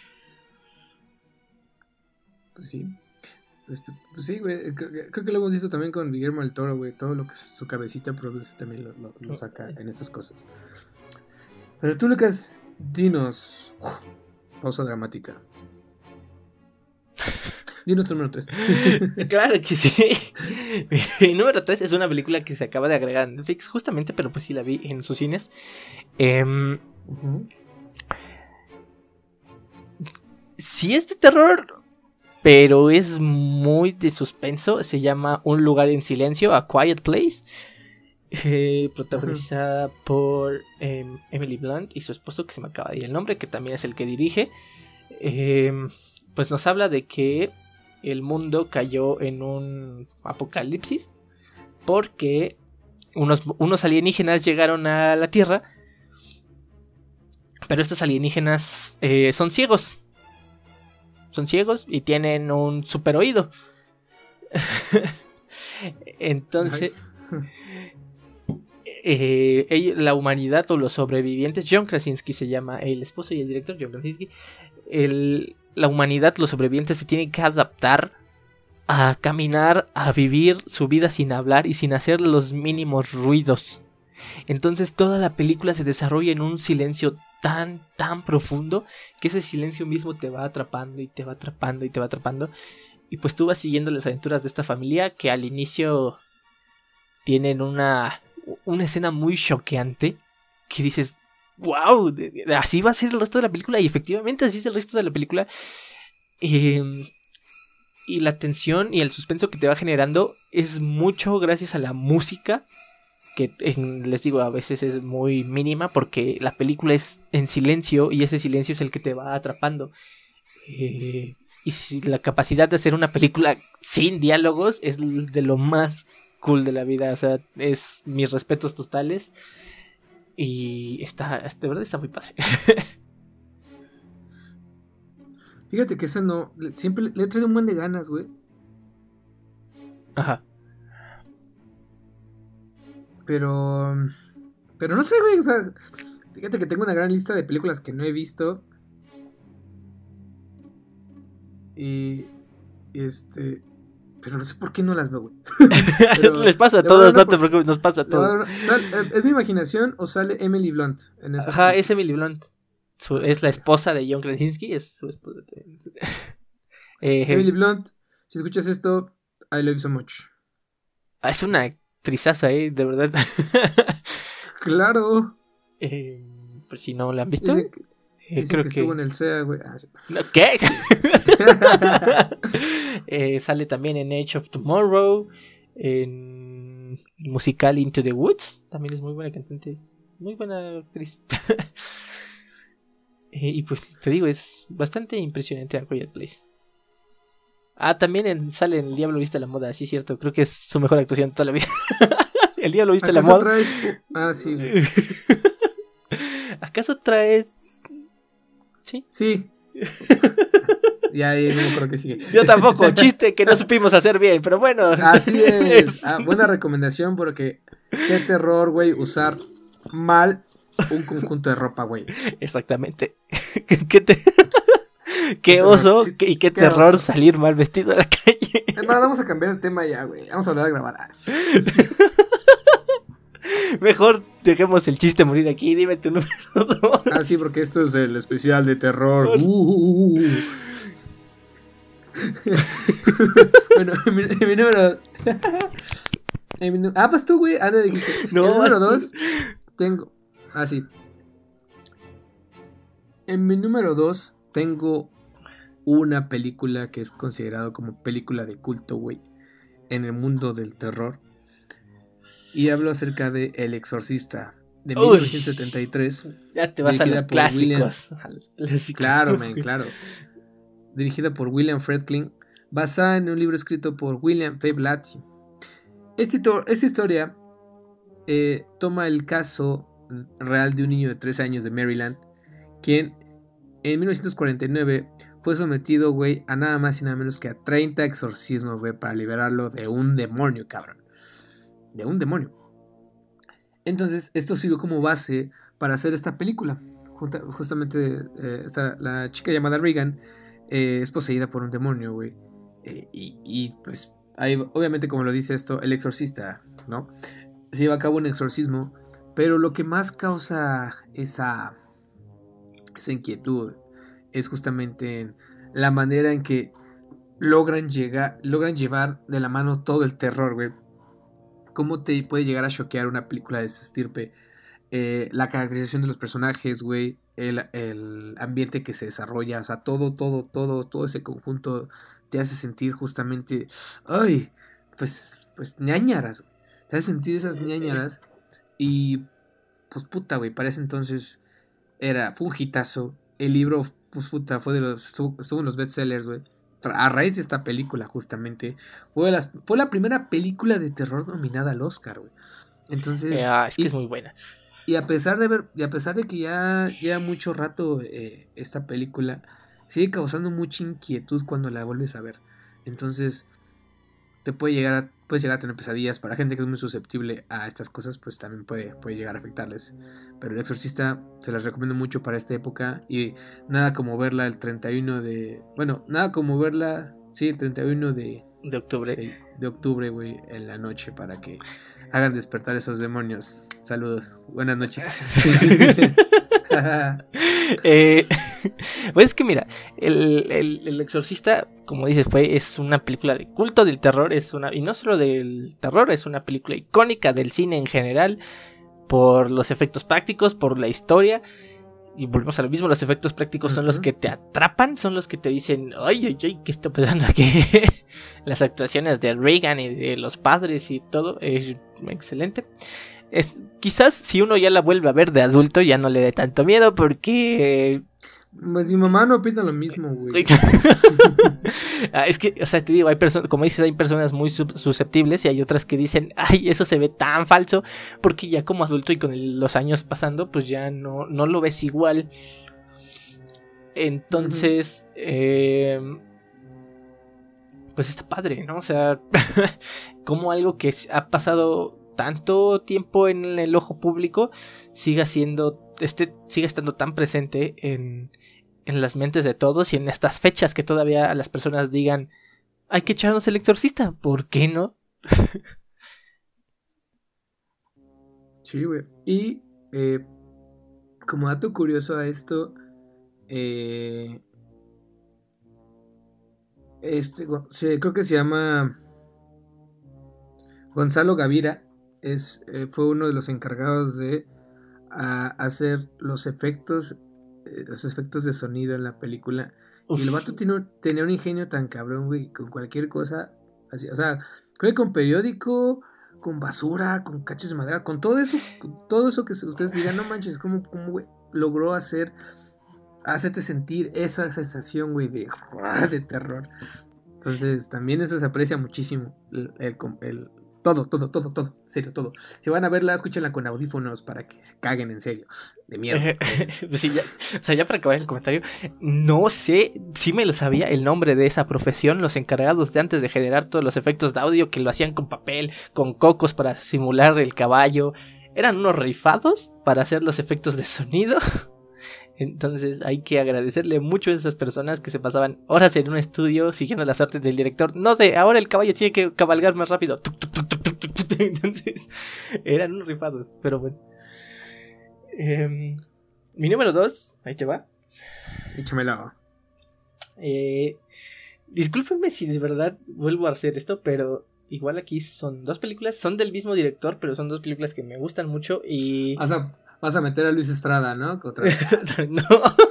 Pues sí. Pues, pues sí, güey. Creo, creo que lo hemos visto también con Guillermo del Toro, güey. Todo lo que su cabecita produce también lo, lo, lo saca en estas cosas. Pero tú, Lucas, dinos. Uf, pausa dramática. Dinos tu número tres. Claro que sí. Mi número tres es una película que se acaba de agregar en Netflix, justamente, pero pues sí la vi en sus cines. Eh, uh-huh. Sí es de terror, pero es muy de suspenso. Se llama Un lugar en silencio, A Quiet Place. Eh, protagonizada uh-huh. por eh, Emily Blunt y su esposo, que se me acaba de ir el nombre, que también es el que dirige. Eh, pues nos habla de que el mundo cayó en un apocalipsis porque unos, unos alienígenas llegaron a la Tierra, pero estos alienígenas eh, son ciegos. Son ciegos y tienen un super oído. Entonces... Eh, la humanidad o los sobrevivientes, John Krasinski se llama el esposo y el director, John Krasinski, el, la humanidad, los sobrevivientes se tienen que adaptar a caminar, a vivir su vida sin hablar y sin hacer los mínimos ruidos. Entonces toda la película se desarrolla en un silencio tan, tan profundo que ese silencio mismo te va atrapando y te va atrapando y te va atrapando. Y pues tú vas siguiendo las aventuras de esta familia que al inicio tienen una... una escena muy choqueante que dices, wow, así va a ser el resto de la película, y efectivamente así es el resto de la película. Eh, y la tensión y el suspenso que te va generando es mucho gracias a la música, que en, les digo, a veces es muy mínima porque la película es en silencio y ese silencio es el que te va atrapando. Eh, y si la capacidad de hacer una película sin diálogos es de lo más cool de la vida, o sea, es mis respetos totales y está, de verdad está muy padre. Fíjate que esa no, siempre le, le he traído un buen de ganas, güey. Ajá. Pero, pero no sé, güey, o sea, fíjate que tengo una gran lista de películas que no he visto y, este... pero no sé por qué no las veo, güey. Les pasa a todos, no te preocupes, nos pasa a todos. ¿Es mi imaginación o sale Emily Blunt en esa? Ajá, película? Es Emily Blunt. Su, es la esposa de John Krasinski, es su esposa de... eh, Emily Blunt, si escuchas esto, I love you so much. Es una actrizaza, eh, de verdad. Claro. Eh, por si no la han visto. Dice que, eh, creo que, que estuvo en el C E A, güey. Ah, sí. ¿Qué? eh, sale también en Edge of Tomorrow, en el musical Into the Woods, también es muy buena cantante, muy buena actriz. eh, y pues te digo, es bastante impresionante A Quiet Place. Ah, también en, sale en El Diablo Viste la Moda, sí, cierto, creo que es su mejor actuación de toda la vida. El Diablo Viste la Moda. Traes... Ah, sí, güey. ¿Acaso traes...? Sí. Sí. Ya, ya no creo que sigue. Yo tampoco, chiste que no supimos hacer bien, pero bueno. Así es. Ah, buena recomendación porque qué terror, güey, usar mal un conjunto de ropa, güey. Exactamente. ¿Qué, te... qué oso sí, y qué, qué terror oso. Salir mal vestido a la calle. Hermano, vamos a cambiar el tema ya, güey. Vamos a hablar de grabar. Ah. Mejor dejemos el chiste morir aquí. Dime tu número dos. Ah, sí, porque esto es el especial de terror. Uh, uh, uh. Bueno, mi, mi número. mi, ah, pues tú, güey. Ah, no dijiste. No, el número dos. Tengo. Ah, sí. En mi número dos tengo una película que es considerado como película de culto, güey, en el mundo del terror. Y hablo acerca de El Exorcista, de Uy, mil novecientos setenta y tres. Ya te vas a los clásicos. William... a los clásicos. Claro, man, claro. Dirigida por William Friedkin, basada en un libro escrito por William F. Blatty. Este, esta historia eh, toma el caso real de un niño de tres años de Maryland, quien en mil novecientos cuarenta y nueve fue sometido, güey, a nada más y nada menos que a treinta exorcismos, güey, para liberarlo de un demonio, cabrón. De un demonio. Entonces, esto sirvió como base para hacer esta película. Justa, justamente, eh, esta, la chica llamada Regan eh, es poseída por un demonio, güey. Eh, y, y, pues, hay, obviamente, como lo dice esto, el exorcista, ¿no? Se lleva a cabo un exorcismo, pero lo que más causa esa, esa inquietud es justamente la manera en que logran, llegar, logran llevar de la mano todo el terror, güey. Cómo te puede llegar a choquear una película de ese estirpe. Eh, la caracterización de los personajes, güey. El, el ambiente que se desarrolla. O sea, todo, todo, todo, todo ese conjunto te hace sentir justamente... Ay, pues, pues ñañaras. Te hace sentir esas ñañaras. Y, pues puta, güey, para ese entonces era, fue un hitazo. El libro, pues puta, fue de los, estuvo, estuvo en los bestsellers, güey. A raíz de esta película, justamente, fue, las, fue la primera película de terror nominada al Oscar, güey. Entonces, ah, es que y, es muy buena. Y a pesar de ver, y a pesar de que ya lleva mucho rato eh, esta película, sigue causando mucha inquietud cuando la vuelves a ver. Entonces, te puede llegar a, puedes llegar a tener pesadillas. Para gente que es muy susceptible a estas cosas, pues también puede, puede llegar a afectarles. Pero El Exorcista se las recomiendo mucho para esta época. Y nada como verla el treinta y uno de... Bueno, nada como verla... Sí, el treinta y uno de... De octubre. De, de octubre, güey, en la noche, para que hagan despertar esos demonios. Saludos. Buenas noches. eh, pues es que mira, el, el, el Exorcista, como dices, fue, es una película de culto del terror, es una, y no solo del terror, es una película icónica del cine en general, por los efectos prácticos, por la historia. Y volvemos a lo mismo, los efectos prácticos son uh-huh. los que te atrapan, son los que te dicen, ay, ay, ay, ¿qué está pasando aquí? Las actuaciones de Regan y de los padres y todo, es excelente. Es, quizás si uno ya la vuelve a ver de adulto ya no le dé tanto miedo porque... Pues mi mamá no opina lo mismo, güey. ah, es que, o sea, te digo, hay personas, como dices, hay personas muy susceptibles y hay otras que dicen, ay, eso se ve tan falso, porque ya como adulto y con el, los años pasando, pues ya no, no lo ves igual. Entonces, uh-huh. eh, pues está padre, ¿no? O sea, como algo que ha pasado tanto tiempo en el ojo público siga siendo, este, siga estando tan presente en, en las mentes de todos y en estas fechas que todavía las personas digan, hay que echarnos El Exorcista, ¿por qué no? Sí, güey. Y eh, como dato curioso a esto, eh, este, se, creo que se llama Gonzalo Gavira. Es, eh, fue uno de los encargados de a, hacer los efectos eh, los efectos de sonido en la película. Uf. Y el vato tiene, tenía un ingenio tan cabrón, güey, con cualquier cosa así, o sea, creo que con periódico, con basura, con cachos de madera, con todo eso, con todo eso que ustedes digan, no manches, cómo, cómo güey, logró hacer hacerte sentir esa sensación, güey, de, de terror. Entonces también eso se aprecia muchísimo, el, el, el Todo, todo, todo, todo. En serio, todo. Si van a verla, escúchenla con audífonos para que se caguen en serio. De miedo. Pues sí, ya, o sea, ya para acabar el comentario, no sé si me lo sabía el nombre de esa profesión, los encargados de antes de generar todos los efectos de audio que lo hacían con papel, con cocos para simular el caballo. Eran unos rifados para hacer los efectos de sonido. Entonces hay que agradecerle mucho a esas personas que se pasaban horas en un estudio siguiendo las órdenes del director. No de ahora el caballo tiene que cabalgar más rápido. Entonces eran unos rifados, pero bueno. Eh, mi número dos, ahí te va. Échamelo. Eh, discúlpenme si de verdad vuelvo a hacer esto, pero igual aquí son dos películas, son del mismo director, pero son dos películas que me gustan mucho y... O sea, vas a meter a Luis Estrada, ¿no? Otra vez. No.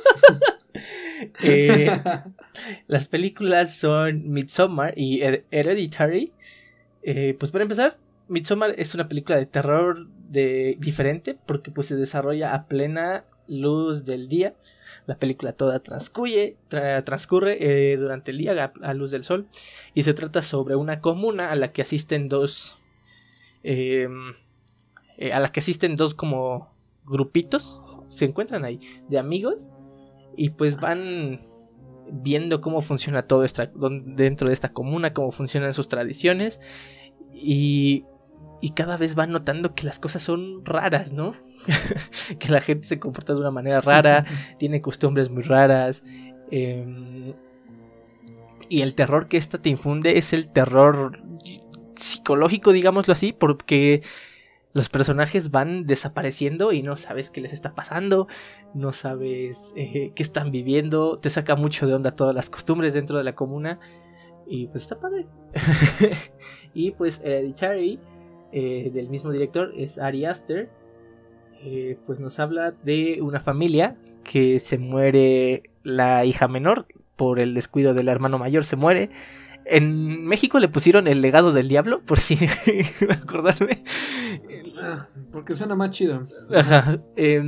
eh, las películas son Midsommar y Hereditary. Eh, pues para empezar, Midsommar es una película de terror de, diferente porque pues se desarrolla a plena luz del día. La película toda transcurre, tra- transcurre eh, durante el día a, a luz del sol y se trata sobre una comuna a la que asisten dos eh, eh, a la que asisten dos como grupitos, se encuentran ahí de amigos y pues van viendo cómo funciona todo esta, dentro de esta comuna, cómo funcionan sus tradiciones y, y cada vez van notando que las cosas son raras, ¿no? Que la gente se comporta de una manera rara, tiene costumbres muy raras, eh, y el terror que esto te infunde es el terror psicológico, digámoslo así, porque los personajes van desapareciendo y no sabes qué les está pasando, no sabes eh, qué están viviendo, te saca mucho de onda todas las costumbres dentro de la comuna y pues está padre. Y pues Hereditary, eh, del mismo director, es Ari Aster, eh, pues nos habla de una familia que se muere la hija menor por el descuido del hermano mayor, se muere. En México le pusieron El legado del diablo, por si acordarme. Ah, porque suena más chido. Ajá. Eh,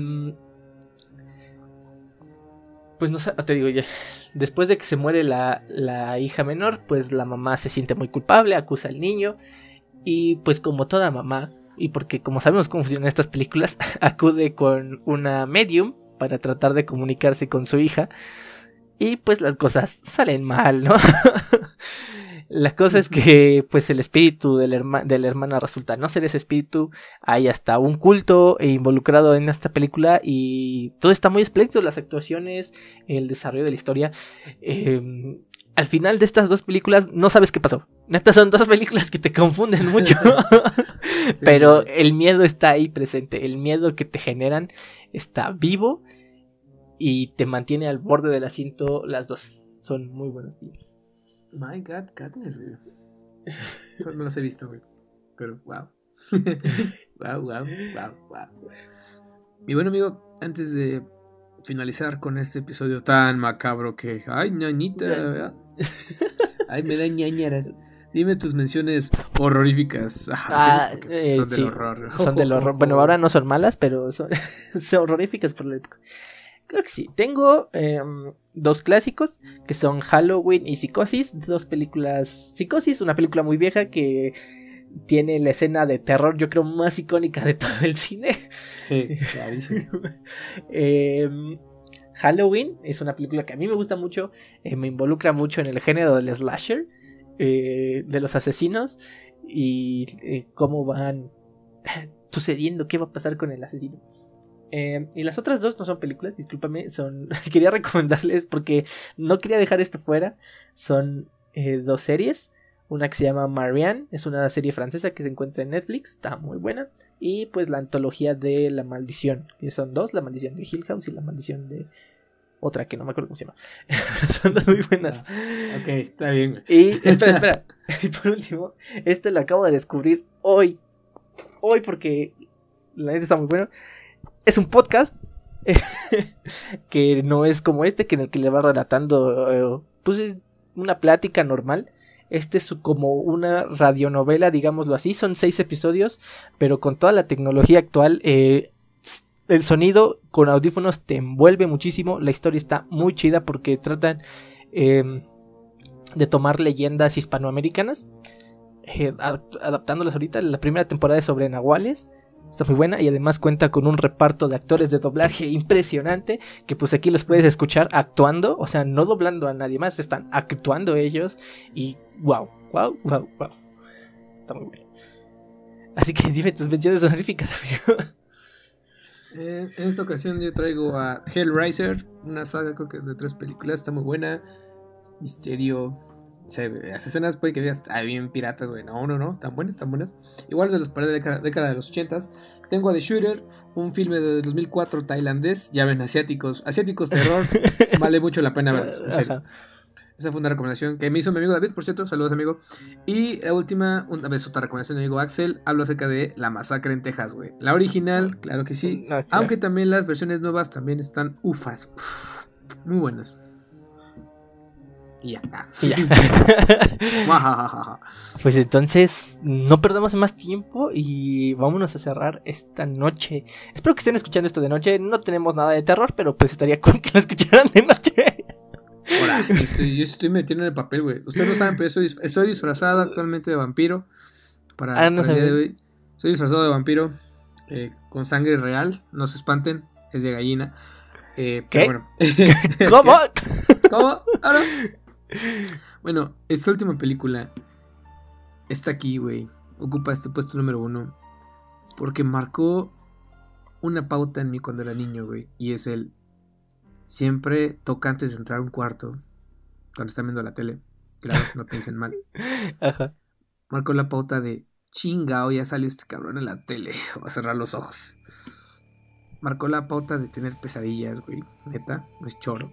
pues no sé, te digo ya. Después de que se muere la, la hija menor, pues la mamá se siente muy culpable, acusa al niño. Y pues como toda mamá, y porque como sabemos cómo funcionan estas películas, acude con una medium para tratar de comunicarse con su hija. Y pues las cosas salen mal, ¿no? La cosa es que pues el espíritu de la, herma- de la hermana resulta no ser ese espíritu. Hay hasta un culto involucrado en esta película y todo está muy espléndido, las actuaciones, el desarrollo de la historia. Eh, al final de estas dos películas no sabes qué pasó. Neta, son dos películas que te confunden mucho. Sí, pero sí, el miedo está ahí presente, el miedo que te generan está vivo y te mantiene al borde del asiento. Las dos son muy buenas. My God, Katniss, güey. No las he visto, güey. Pero, wow. Wow, wow, wow, wow. Y bueno, amigo, antes de finalizar con este episodio tan macabro que... Ay, ñañita, ¿verdad? Ay, me da ñañeras. Dime tus menciones horroríficas. Ah, eh, son del sí, horror. Son del horror. Bueno, ahora no son malas, pero son, son horroríficas por la época. Creo que sí. Tengo eh, dos clásicos que son Halloween y Psicosis. Dos películas. Psicosis, una película muy vieja que tiene la escena de terror, yo creo, más icónica de todo el cine. Sí, clarísimo. eh, Halloween es una película que a mí me gusta mucho. Eh, me involucra mucho en el género del slasher, eh, de los asesinos y eh, cómo van sucediendo, qué va a pasar con el asesino. Eh, y las otras dos no son películas, discúlpame, son quería recomendarles porque no quería dejar esto fuera. Son eh, dos series. Una que se llama Marianne, es una serie francesa que se encuentra en Netflix, está muy buena. Y pues la antología de La Maldición, que son dos, La Maldición de Hill House y La Maldición de otra que no me acuerdo cómo se llama. Son dos muy buenas. Ok, está bien. Y espera, espera. Y por último, este lo acabo de descubrir hoy. Hoy porque la neta está muy bueno. Es un podcast que no es como este, que en el que le va relatando eh, pues una plática normal. Este es como una radionovela, digámoslo así. Son seis episodios, pero con toda la tecnología actual, eh, el sonido con audífonos te envuelve muchísimo. La historia está muy chida porque tratan eh, de tomar leyendas hispanoamericanas eh, adaptándolas ahorita. La primera temporada es sobre nahuales. Está muy buena y además cuenta con un reparto de actores de doblaje impresionante, que pues aquí los puedes escuchar actuando, o sea, no doblando a nadie más, están actuando ellos y wow, wow, wow, wow. Está muy bueno. Así que dime tus menciones honoríficas, amigo. Eh, en esta ocasión yo traigo a Hellraiser, una saga creo que es de tres películas, está muy buena. Misterio. O sea, las escenas puede que digas, ah, bien piratas, güey. No, no, no, están buenas, están buenas. Igual de los para la década, década de los ochentas. Tengo a The Shooter, un filme de dos mil cuatro tailandés. Ya ven, asiáticos, asiáticos terror. Vale mucho la pena verlos, en serio. Esa fue una recomendación que me hizo mi amigo David, por cierto. Saludos, amigo. Y la última, una vez otra recomendación de mi amigo Axel. Hablo acerca de La Masacre en Texas, güey. La original, claro que sí. Okay. Aunque también las versiones nuevas también están ufas. Uf, muy buenas. Y ya. ya. Pues entonces no perdamos más tiempo y vámonos a cerrar esta noche. Espero que estén escuchando esto de noche. No tenemos nada de terror, pero pues estaría cool que lo escucharan de noche. Hola, yo estoy, yo estoy metiendo en el papel, güey. Ustedes no saben, pero yo estoy, estoy disfrazado actualmente de vampiro. Para, ah, no para el día de hoy. Estoy disfrazado de vampiro eh, con sangre real. No se espanten, es de gallina. Eh, ¿Qué? Pero bueno. ¿Cómo? ¿Cómo? ¿Ah, no? Bueno, esta última película está aquí, güey. Ocupa este puesto número uno porque marcó una pauta en mí cuando era niño, güey. Y es el siempre toca antes de entrar a un cuarto cuando están viendo la tele. Claro, no piensen mal. Ajá. Marcó la pauta de chingao, ya salió este cabrón en la tele. Voy a cerrar los ojos. Marcó la pauta de tener pesadillas, güey. Neta, no es choro.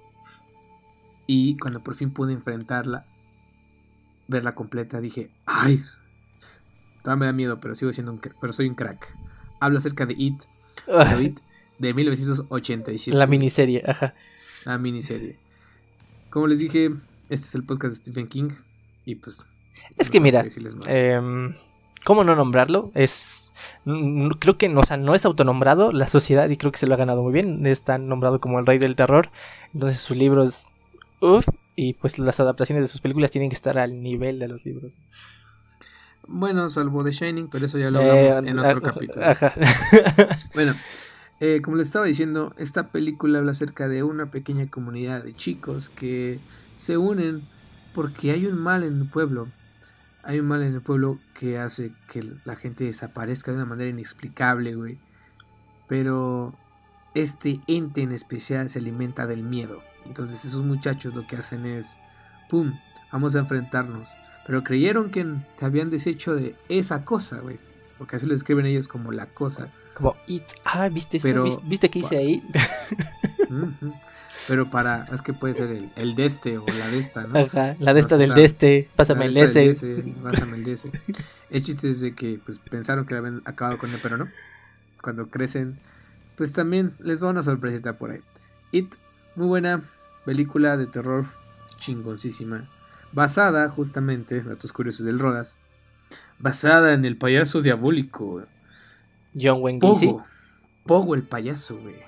Y cuando por fin pude enfrentarla, verla completa, dije, ¡ay! Todavía me da miedo, pero sigo siendo un crack, pero soy un crack. Habla acerca de It, de, It, de mil novecientos ochenta y siete. La miniserie, ajá. La miniserie. Como les dije, este es el podcast de Stephen King. Y pues... Es no que mira, eh, ¿cómo no nombrarlo? Es... Creo que no, o sea, no es autonombrado La Sociedad y creo que se lo ha ganado muy bien. Está nombrado como el rey del terror. Entonces sus libros... Uf, y pues las adaptaciones de sus películas tienen que estar al nivel de los libros. Bueno, salvo The Shining, pero eso ya lo hablamos eh, en otro a, capítulo. Ajá. Bueno, eh, como les estaba diciendo, esta película habla acerca de una pequeña comunidad de chicos que se unen porque hay un mal en el pueblo. Hay un mal en el pueblo que hace que la gente desaparezca de una manera inexplicable, güey. Pero este ente en especial se alimenta del miedo. Entonces esos muchachos lo que hacen es, pum, vamos a enfrentarnos. Pero creyeron que te habían deshecho de esa cosa, güey. Porque así lo describen ellos como la cosa. Como It. Ah, ¿viste eso? Pero, ¿Viste, ¿Viste qué hice ahí? Uh-huh. Pero para, es que puede ser el, el de este o la de esta, ¿no? Ajá, la de esta no del de este, pásame el ese. Pásame el de ese. El chiste es de que pues pensaron que habían acabado con él, pero no. Cuando crecen, pues también les va una sorpresita por ahí. It, muy buena película de terror, chingoncísima. Basada, justamente, datos curiosos del Rodas, basada en el payaso diabólico John Wayne Gacy. Pogo, Pogo el payaso, güey.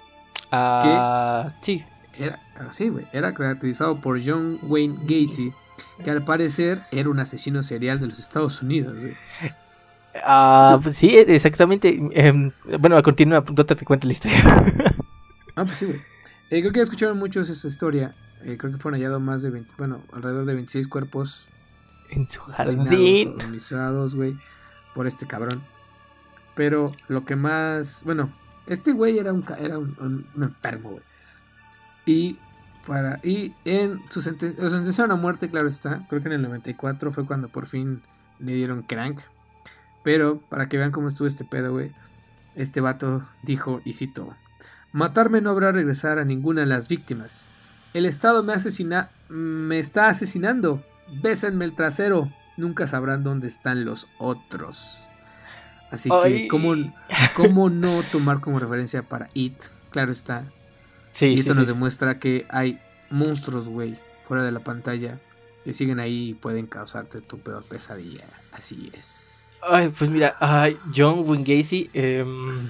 Ah, uh, sí. Era, sí, güey. Era caracterizado por John Wayne Gacy, que al parecer era un asesino serial de los Estados Unidos, güey. Ah, uh, pues sí, exactamente. Eh, bueno, continúa, no te cuento la historia. Ah, pues sí, güey. Eh, creo que ya escucharon muchos esa historia. Eh, creo que fueron hallados más de veinte, bueno, alrededor de veintiséis cuerpos en su jardín, asesinados, güey, por este cabrón. Pero lo que más, bueno, este güey era un era un, un, un enfermo, güey. Y para y en su sentencia, lo sentenciaron a muerte, claro está. Creo que en el noventa y cuatro fue cuando por fin le dieron crank. Pero para que vean cómo estuvo este pedo, güey, este vato dijo, y cito: matarme no habrá regresar a ninguna de las víctimas. El Estado me asesina, me está asesinando. Bésenme el trasero. Nunca sabrán dónde están los otros. Así Ay. que, ¿cómo, ¿cómo no tomar como referencia para It? Claro está. Sí, y esto sí, nos sí. demuestra que hay monstruos, güey, fuera de la pantalla, que siguen ahí y pueden causarte tu peor pesadilla. Así es. Ay, pues mira, ay, John Wayne Gacy... Eh...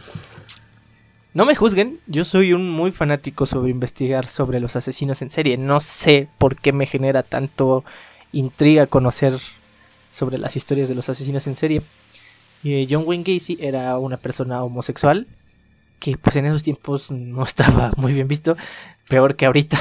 No me juzguen, yo soy un muy fanático sobre investigar sobre los asesinos en serie. No sé por qué me genera tanto intriga conocer sobre las historias de los asesinos en serie. Y eh, John Wayne Gacy era una persona homosexual que pues en esos tiempos no estaba muy bien visto, peor que ahorita.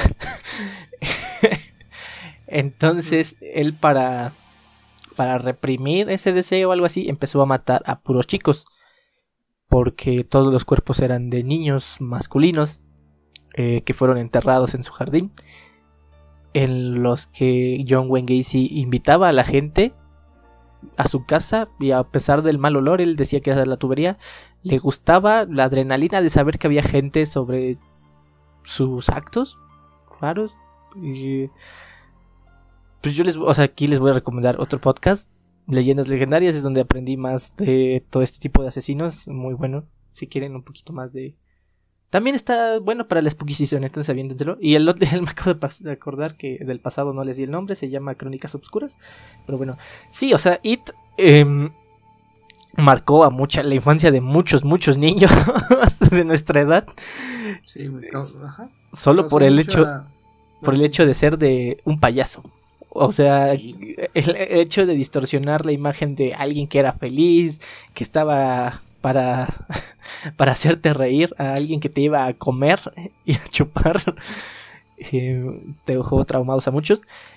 Entonces él para, para reprimir ese deseo o algo así empezó a matar a puros chicos, porque todos los cuerpos eran de niños masculinos eh, que fueron enterrados en su jardín, en los que John Wayne Gacy invitaba a la gente a su casa, y a pesar del mal olor, él decía que era la tubería, le gustaba la adrenalina de saber que había gente sobre sus actos raros. Y pues yo les, o sea, aquí les voy a recomendar otro podcast, Leyendas Legendarias, es donde aprendí más de todo este tipo de asesinos, muy bueno, si quieren un poquito más de... También está bueno para la Spooky Season, entonces aviéntenselo. Y el otro, me acabo de acordar que del pasado no les di el nombre, se llama Crónicas Obscuras. Pero bueno, sí, o sea, It eh, marcó a mucha, la infancia de muchos, muchos niños de nuestra edad. Sí, me causó, ajá. Solo por el hecho, a... por el hecho de ser de un payaso. O sea, sí. El hecho de distorsionar la imagen de alguien que era feliz, que estaba... Para, para hacerte reír, a alguien que te iba a comer y a chupar, eh, te dejó traumados a muchos.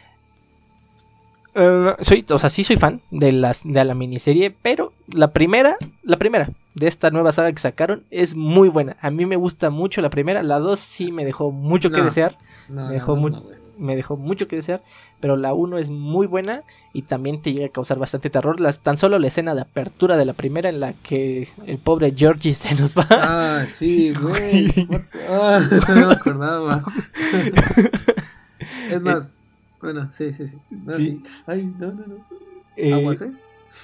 Uh, soy, o sea, sí soy fan de, las, de la miniserie, pero la primera, la primera de esta nueva saga que sacaron es muy buena. A mí me gusta mucho la primera, la dos sí me dejó mucho que no, desear. No, me, dejó mu- no, me dejó mucho que desear, pero la uno es muy buena. Y también te llega a causar bastante terror. Las, tan solo la escena de apertura de la primera en la que el pobre Georgie se nos va. Ah, sí, güey. Ah, no me acordaba. Es más, eh, bueno, sí, sí, sí. No, sí. sí. Ay, no, no, no. Eh, Aguas, ¿eh?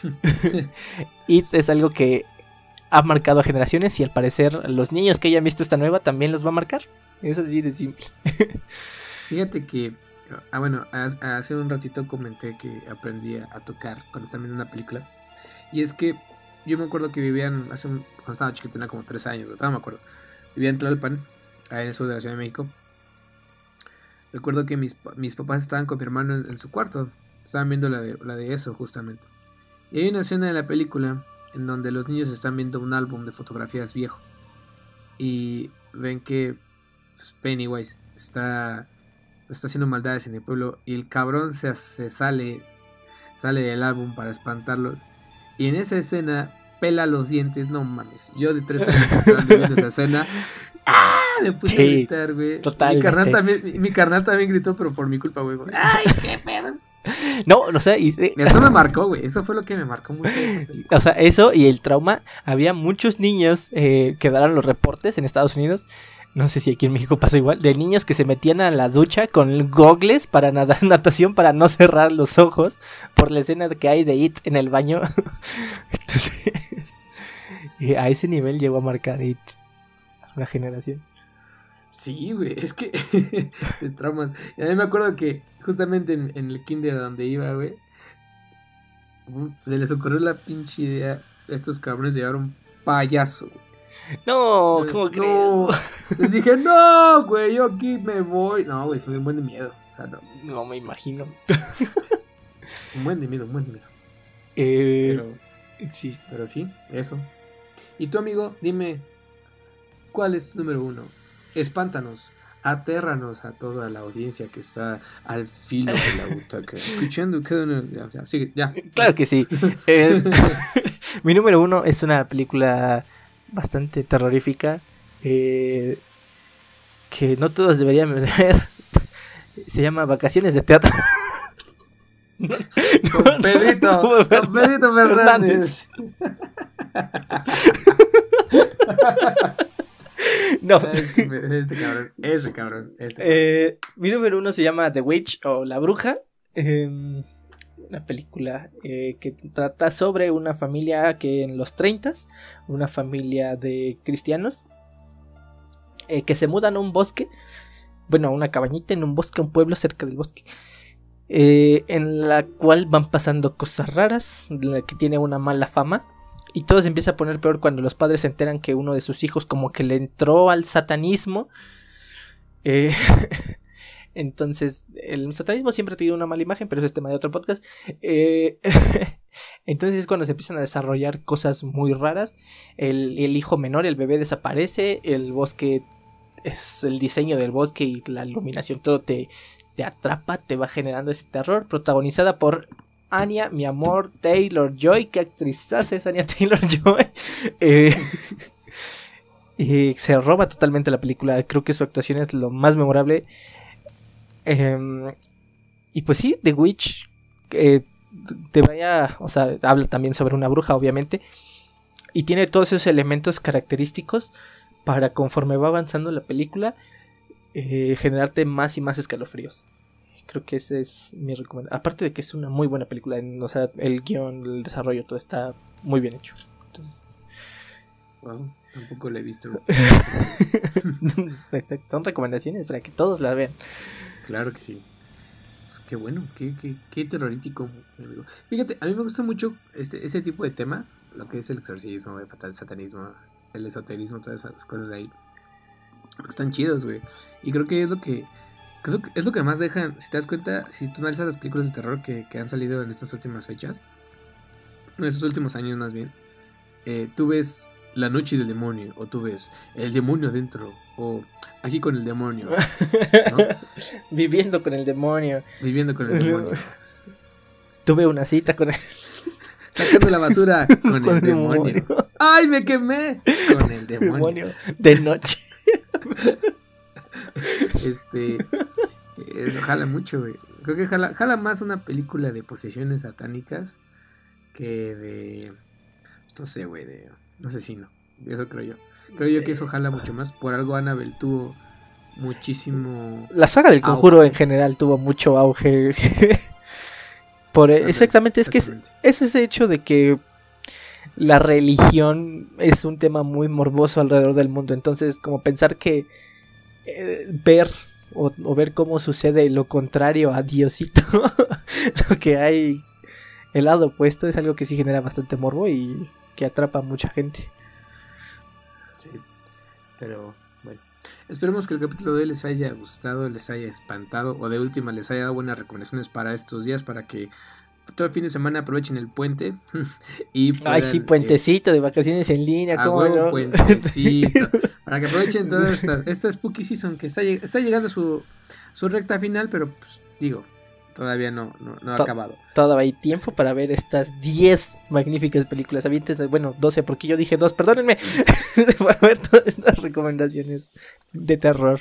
It es algo que ha marcado a generaciones y al parecer los niños que hayan visto esta nueva también los va a marcar. Es así de simple. Fíjate que Ah, bueno, hace un ratito comenté que aprendí a tocar cuando estaba viendo una película. Y es que yo me acuerdo que vivían, hace un, cuando estaba chiquito, tenía como tres años, no me acuerdo. Vivía en Tlalpan, ahí en el sur de la Ciudad de México. Recuerdo que mis, mis papás estaban con mi hermano en, en su cuarto. Estaban viendo la de, la de eso, justamente. Y hay una escena de la película en donde los niños están viendo un álbum de fotografías viejo. Y ven que pues, Pennywise está... está haciendo maldades en el pueblo y el cabrón se, se sale sale del álbum para espantarlos, y en esa escena pela los dientes. No mames, yo de tres años viendo esa escena, ¡ah! Me puse sí, a gritar, güey. Mi carnal también, mi, mi carnal también gritó, pero por mi culpa, güey. Ay, qué pedo. No, no sé. Y, eso me marcó, güey. Eso fue lo que me marcó mucho. O sea, eso y el trauma. Había muchos niños eh, que daban los reportes en Estados Unidos. No sé si aquí en México pasa igual. De niños que se metían a la ducha con gogles para nadar, natación, para no cerrar los ojos por la escena que hay de It en el baño. Entonces, a ese nivel llegó a marcar It a una generación. Sí, güey, es que de traumas. Y a mí me acuerdo que justamente en, en el kinder donde iba, güey, se les ocurrió la pinche idea a estos cabrones de llevar un payaso, güey. No, ¿cómo no, crees? Les dije, no, güey, yo aquí me voy. No, güey, soy un buen de miedo. O sea, no. No me imagino. Un buen de miedo, un buen de miedo. Eh, pero, sí. Pero sí, eso. Y tú, amigo, dime, ¿cuál es tu número uno? Espántanos, atérranos a toda la audiencia que está al filo de la butaca, escuchando cada uno. Ya, ya, sigue, ya. Claro que sí. Eh, mi número uno es una película bastante terrorífica, eh, que no todos deberían ver. Se llama Vacaciones de Terror. Con no, Pedrito, no, con Pedrito Fernández. No. Este, este cabrón, este cabrón. Este eh, mi número uno se llama The Witch o La Bruja. Eh, una película eh, que trata sobre una familia que en los treintas, una familia de cristianos eh, que se mudan a un bosque, bueno, a una cabañita en un bosque, un pueblo cerca del bosque, eh, en la cual van pasando cosas raras, la que tiene una mala fama, y todo se empieza a poner peor cuando los padres se enteran que uno de sus hijos como que le entró al satanismo. eh, Entonces, el satanismo siempre ha tenido una mala imagen, pero eso es tema de otro podcast. Eh, entonces es cuando se empiezan a desarrollar cosas muy raras. El, el hijo menor, el bebé desaparece, el bosque, es el diseño del bosque y la iluminación, todo te, te atrapa, te va generando ese terror. Protagonizada por Anya, mi amor, Taylor-Joy. ¿Qué actriz es Anya Taylor-Joy? eh... Y se roba totalmente la película. Creo que su actuación es lo más memorable. Eh, y pues sí, The Witch eh, te vaya, o sea, habla también sobre una bruja, obviamente. Y tiene todos esos elementos característicos para, conforme va avanzando la película, eh, generarte más y más escalofríos. Creo que ese es mi recomendación. Aparte de que es una muy buena película, o sea, el guión, el desarrollo, todo está muy bien hecho. Entonces, wow. Tampoco la he visto. Son recomendaciones para que todos la vean. Claro que sí. Pues qué bueno, qué, qué, qué terrorífico, amigo. Fíjate, a mí me gusta mucho este, ese tipo de temas, lo que es el exorcismo, el satanismo, el esoterismo, todas esas cosas de ahí. Están chidos, güey. Y creo que es lo que, creo que es lo que más dejan. Si te das cuenta, si tú analizas las películas de terror que, que han salido en estas últimas fechas, en estos últimos años más bien, eh, tú ves La Noche del Demonio, o tú ves El Demonio Adentro, o Aquí con el Demonio, ¿no? Viviendo con el demonio. Viviendo con el demonio. Tuve una cita con el... Sacando la basura con, con el demonio. demonio. ¡Ay, me quemé! Con el demonio. demonio de noche. Este... Eso jala mucho, güey. Creo que jala, jala más una película de posesiones satánicas que de... No sé, güey, de... asesino. Eso creo yo. Creo yo que eso jala mucho más. Por algo Annabelle tuvo muchísimo... La saga del Conjuro auge. En general tuvo mucho auge. Por exactamente, exactamente, es que es, es ese hecho de que la religión es un tema muy morboso alrededor del mundo. Entonces, como pensar que eh, ver o, o ver cómo sucede lo contrario a Diosito, lo que hay, el lado opuesto, es algo que sí genera bastante morbo y que atrapa a mucha gente. Sí, pero bueno, esperemos que el capítulo de hoy les haya gustado, les haya espantado, o de última les haya dado buenas recomendaciones para estos días, para que todo el fin de semana aprovechen el puente y puedan, ay sí, puentecito eh, de vacaciones en línea, ¿cómo huevo, no? Puentecito, para que aprovechen toda esta, esta spooky season que está, está llegando su, su recta final, pero pues digo, todavía no, no, no ha to- acabado. Todavía hay tiempo sí. para ver estas diez magníficas películas. Avientes, bueno, doce, porque yo dije dos, perdónenme. Para ver todas estas recomendaciones de terror.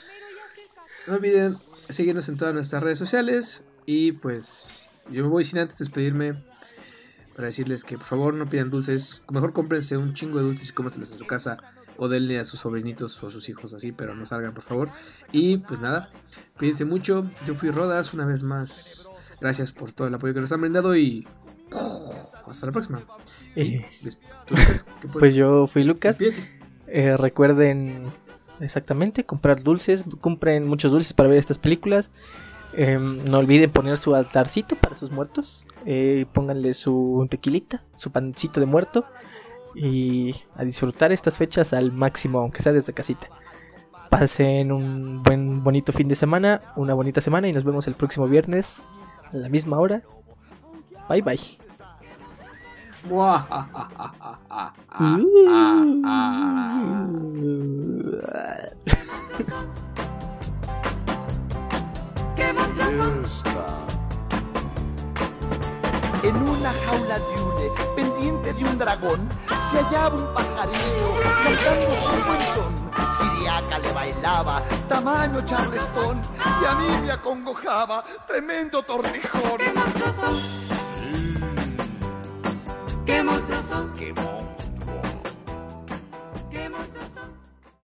No olviden seguirnos en todas nuestras redes sociales. Y pues yo me voy sin antes despedirme para decirles que por favor no pidan dulces. Mejor cómprense un chingo de dulces y cómeselos en su casa. O denle a sus sobrinitos o a sus hijos así, pero no salgan por favor. Y pues nada, cuídense mucho. Yo fui Rodas una vez más. Gracias por todo el apoyo que nos han brindado y hasta la próxima. Eh, y, ¿tú, Lucas, qué pues yo fui Lucas. Eh, recuerden exactamente comprar dulces. Compren muchos dulces para ver estas películas. Eh, no olviden poner su altarcito para sus muertos. Eh, pónganle su tequilita, su pancito de muerto. Y a disfrutar estas fechas al máximo, aunque sea desde casita. Pasen un buen bonito fin de semana, una bonita semana, y nos vemos el próximo viernes a la misma hora. Bye bye. En una jaula de hule, pendiente de un dragón, se hallaba un pajarillo cantando su buen son. Siriaca le bailaba, tamaño charleston, y a mí me acongojaba, tremendo tortijón. ¡Qué monstruoso! ¡Qué monstruoso! ¡Qué monstruoso!